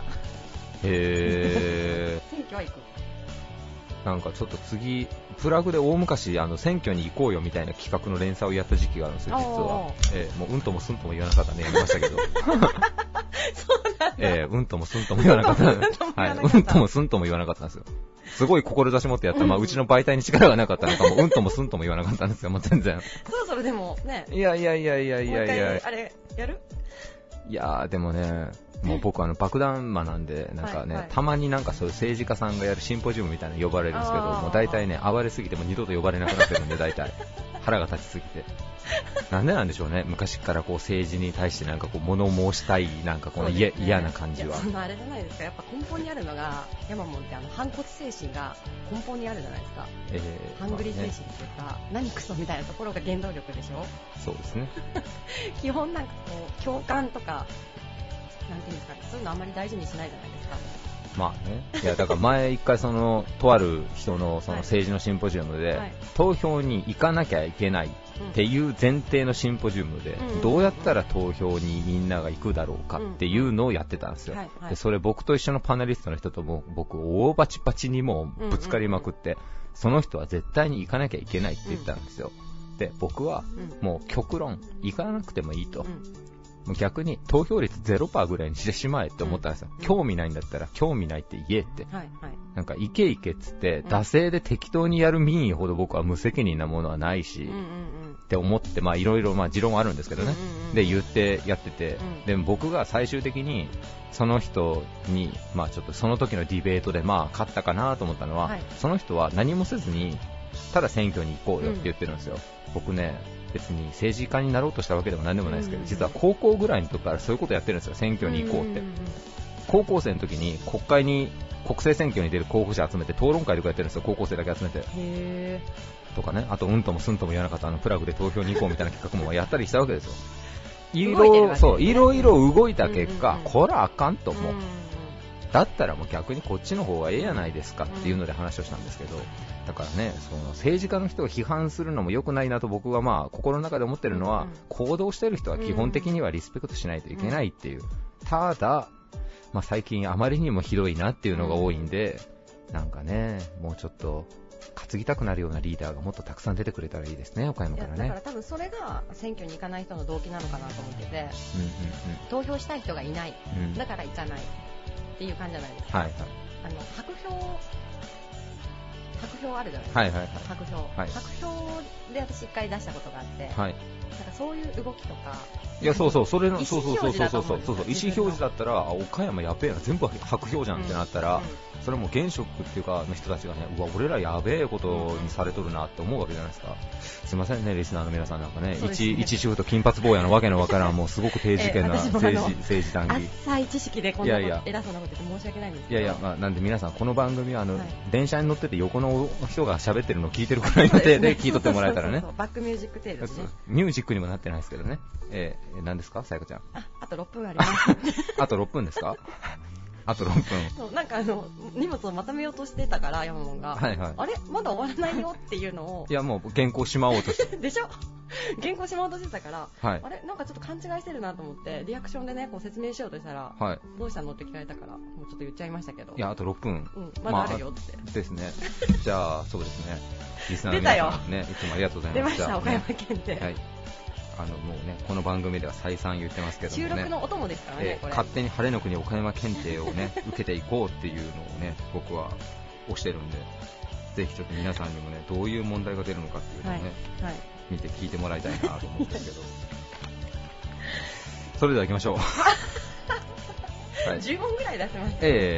選挙は行く。 なんかちょっと次プラグで大昔選挙に行こうよみたいな企画の連載をやった時期があるんですよ、実は。もううんともすんとも言わなかったんでやめましたけど。 そうなんだ。 うんともすんとも言わなかった。うんともすんとも言わなかったんですよ。すごい志持ってやったら、うちの媒体に力がなかったのかも、うんともすんとも言わなかったんですよ、もう全然。 そろそろでもね。 いや。あれやる？ いやでもね。もう僕爆弾魔なんで、なんかね、たまになんかそういう政治家さんがやるシンポジウムみたいなの呼ばれるんですけど、もう大体ね、暴れすぎても二度と呼ばれなくなってるんで、大体腹が立ちすぎて。なんでなんでしょうね、昔から政治に対してなんか物申したい、なんか嫌な感じは。 あれじゃないですか、やっぱ根本にあるのが、ヤマモンって反骨精神が根本にあるじゃないですか。ハングリー精神っていうか、何クソみたいなところが原動力でしょ。 そうですね。 基本なんか共感とか、なんていうんですかね、そういうのあんまり大事にしないじゃないですか。 まあね、いやだから前一回とある人の政治のシンポジウムで、投票に行かなきゃいけないっていう前提のシンポジウムで、どうやったら投票にみんなが行くだろうかっていうのをやってたんですよ。でそれ僕と一緒のパネリストの人とも僕大バチバチにもぶつかりまくって、その人は絶対に行かなきゃいけないって言ったんですよ。で僕はもう極論行かなくてもいいと。逆に投票率 0% ぐらいにしてしまえって思ったんですよ。興味ないんだったら興味ないって言えって。なんかイケイケっつって惰性で適当にやる民意ほど僕は無責任なものはないし、って思って、いろいろ持論あるんですけどね。で言ってやってて、でも僕が最終的にその人にちょっとその時のディベートで勝ったかなと思ったのは、その人は何もせずにただ選挙に行こうよって言ってるんですよ。僕ね、別に政治家になろうとしたわけでも何でもないですけど、実は高校ぐらいの時からそういうことやってるんですよ。選挙に行こうって。高校生の時に国政選挙に出る候補者集めて討論会とかやってるんですよ。高校生だけ集めてとかね。あとうんともすんとも言わなかったプラグで投票に行こうみたいな企画もやったりしたわけですよ。いろいろ動いた結果、こらあかんと思う。だったらもう逆にこっちの方がええやないですかっていうので話をしたんですけど、だからね、政治家の人を批判するのも良くないなと僕は心の中で思ってるのは、行動している人は基本的にはリスペクトしないといけないっていう。ただ、最近あまりにもひどいなっていうのが多いんで、なんかね、もうちょっと担ぎたくなるようなリーダーがもっとたくさん出てくれたらいいですね、岡山からね。 だから多分それが選挙に行かない人の動機なのかなと思ってて、投票したい人がいない、だから行かないっていう感じじゃないですか。白票あるじゃないですか。白票で私一回出したことがあって、なんかそういう動きとか、 いやそれの意思表示だったら岡山やべえな全部白票じゃんってなったら、それも現職っていうかの人たちがね、うわ俺らやべえことにされとるなって思うわけじゃないですか。すいませんねリスナーの皆さん、なんかね、一主婦と金髪坊やのわけのわからんもうすごく低次元な政治談義、 浅い知識でこんな偉そうなこと言って申し訳ないんですけど、 なんで皆さんこの番組は電車に乗ってて横の人が喋ってるのを聞いてるくらいの手で聞いとってもらえたらね。 バックミュージック程度ですね。 ミュージックにもなってないですけどね。何ですかさやこちゃん。 あと6分あります。 あと6分ですか。 あと6分。 そうなんか荷物をまとめようとしてたからヤマモンが、はいはい、あれまだ終わらないよっていうのをいやもう原稿しまおうとしてでしょ原稿しまおうとしてたから、はい、あれなんかちょっと勘違いしてるなと思ってリアクションでねこう説明しようとしたら、はい、どうしたのって聞かれたからもうちょっと言っちゃいましたけど、 いやあと6分、 まだあるよって、 ですね。じゃあそうですね、リスナーの皆さんねいつもありがとうございます。 出ました、岡山県で、はい、 もうねこの番組では再三言ってますけどもね、 収録のお供ですからね、これ勝手に晴れの国岡山検定をね受けていこうっていうのをね僕は推してるんで、ぜひちょっと皆さんにもねどういう問題が出るのかっていうのをね、はいはい、見て聞いてもらいたいなと思うんですけどそれでは行きましょうはい、10問ぐらい出せます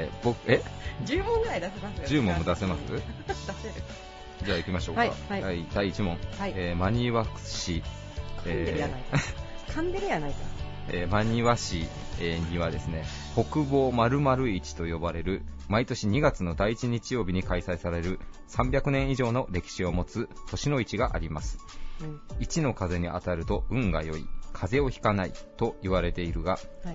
10問ぐらい出せます 10問も出せます出せるじゃあ行きましょうか、はいはい、第1問、はい、真庭市噛んでるやないか噛んでるやないか真庭市にはですね北房〇〇市と呼ばれる毎年2月の第1日曜日に開催される300年以上の歴史を持つ年の市があります、市の風に当たると運が良い、風邪をひかないと言われているが、はい、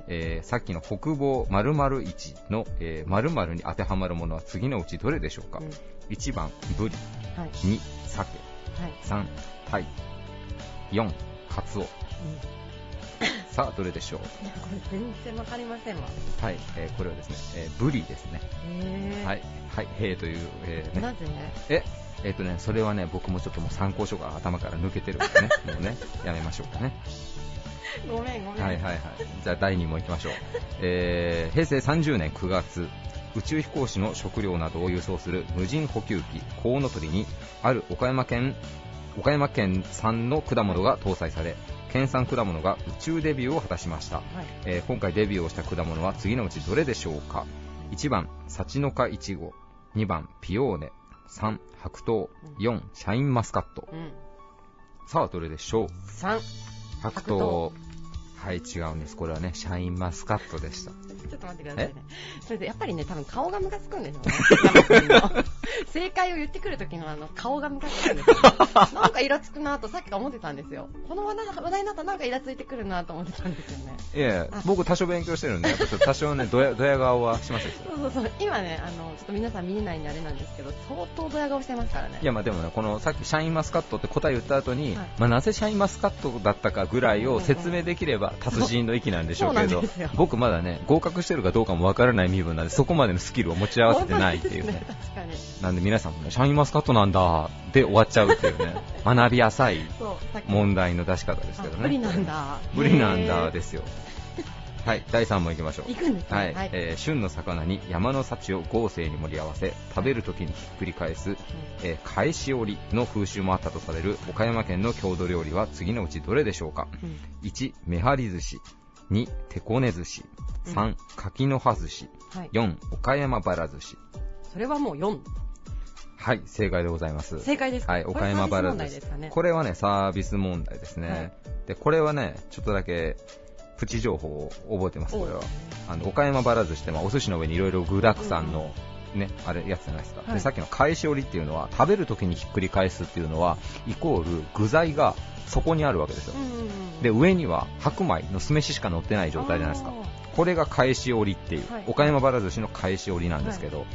さっきの北房〇〇市の、〇〇に当てはまるものは次のうちどれでしょうか、1番ブリ、はい、2鮭、はい、3タイ、4カツオ、さあどれでしょう。 いやこれ全然わかりませんわ。 はい、これはですね、ブリですね。はいはい、という、 ね、なぜねそれはね僕もちょっともう参考書が頭から抜けてるんでねもうねやめましょうかね。 ごめんはいはいはい。じゃあ第2問いきましょう。平成30年9月宇宙飛行士の食料などを輸送する無人補給機コウノトリにある岡山県産の果物が搭載され、県産果物が宇宙デビューを果たしました、はい今回デビューをした果物は次のうちどれでしょうか。1番サチノカイチゴ、2番ピオーネ、3白桃、4シャインマスカット、さあどれでしょう。 3 白桃。はい、違うんです。これはねシャインマスカットでした。 ちょっと待ってくださいね。それでやっぱりね多分顔がムカつくんですよね正解を言ってくる時の顔がムカつくんですよなんかイラつくなとさっきから思ってたんですよ。この話題になったらなんかイラついてくるなと思ってたんですよね。 いや僕多少勉強してるんでやっぱちょっと多少ねドヤ顔はしますよそう今ねちょっと皆さん見えないんであれなんですけど相当ドヤ顔してますからね。 いやまあでもねこのさっきシャインマスカットって答え言った後に、まあ、なぜシャインマスカットだったかぐらいを説明できれば達人の域なんでしょうけど僕まだね合格してるかどうかもわからない身分なんでそこまでのスキルを持ち合わせてないっていうね。 確かに。 なんで皆さんもねシャインマスカットなんだで終わっちゃうっていうね学び浅い問題の出し方ですけどね。 ブリなんだブリなんだですよはい第3問いきましょう。 いくんですね。 はい、旬の魚に山の幸を豪勢に盛り合わせ食べるときにひっくり返す、返し折りの風習もあったとされる岡山県の郷土料理は次のうちどれでしょうか。1めはり寿司、2手こね寿司、3柿の葉寿司、4岡山バラ寿司。 それはもう4。 はい正解でございます。 正解ですか。 はい岡山バラ寿司。これはねサービス問題ですね、はい、でこれはねちょっとだけプチ情報を覚えてます。これは岡山バラ寿司ってお寿司の上にいろいろ具沢山の、ねあれやつじゃないですか、はい、でさっきの返し折りっていうのは食べるときにひっくり返すっていうのはイコール具材がそこにあるわけですよ、で上には白米の酢飯しか乗ってない状態じゃないですか。これが返し折りっていう、はい、岡山バラ寿司の返し折りなんですけど、はい、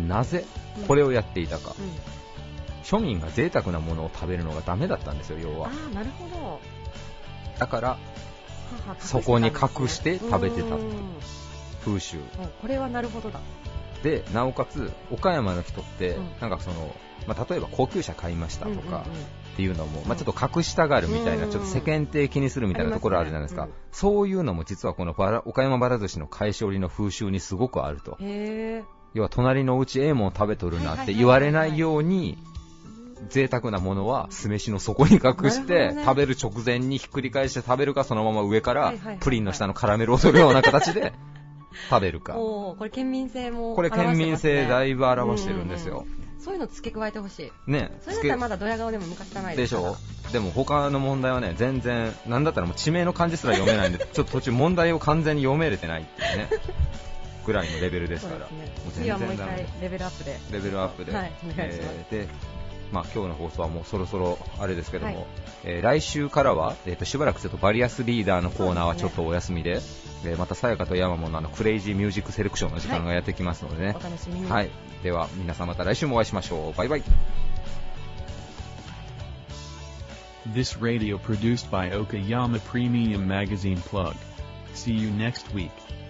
なぜこれをやっていたか、庶民が贅沢なものを食べるのがダメだったんですよ要は。 なるほど。 だからそこに隠して食べてたっていう風習。 これはなるほどだ。 でなおかつ岡山の人って、なんかその、例えば高級車買いましたとかっていうのも、ちょっと隠したがるみたいな、ちょっと世間体気にするみたいなところあるじゃないですか、そういうのも実はこの岡山バラ寿司の返し折りの風習にすごくあると。要は隣のうちええもん食べとるなって言われないように贅沢なものは酢飯の底に隠して、食べる直前にひっくり返して食べるかそのまま上からプリンの下のカラメルを取るような形で食べるか。 これ県民性もこれ県民性だいぶ表してるんですよ、 そういうの付け加えてほしいね。 それだったらまだドヤ顔でも昔汚いですからでしょ。でも他の問題はね全然なんだったらもう地名の漢字すら読めないんでちょっと途中問題を完全に読めれてないっていうねぐらいのレベルですから。 次はもう一回レベルアップではいお願いします。で今日の放送はもうそろそろあれですけども、来週からは、しばらくちょっとバリアスリーダーのコーナーはちょっとお休みで、またさやかとヤマモンのクレイジーミュージックセレクションの時間がやってきますのでね、 お楽しみに。 はい、では皆さんまた来週もお会いしましょう。バイバイ。 This radio produced by Okayama Premium Magazine Plug. See you next week.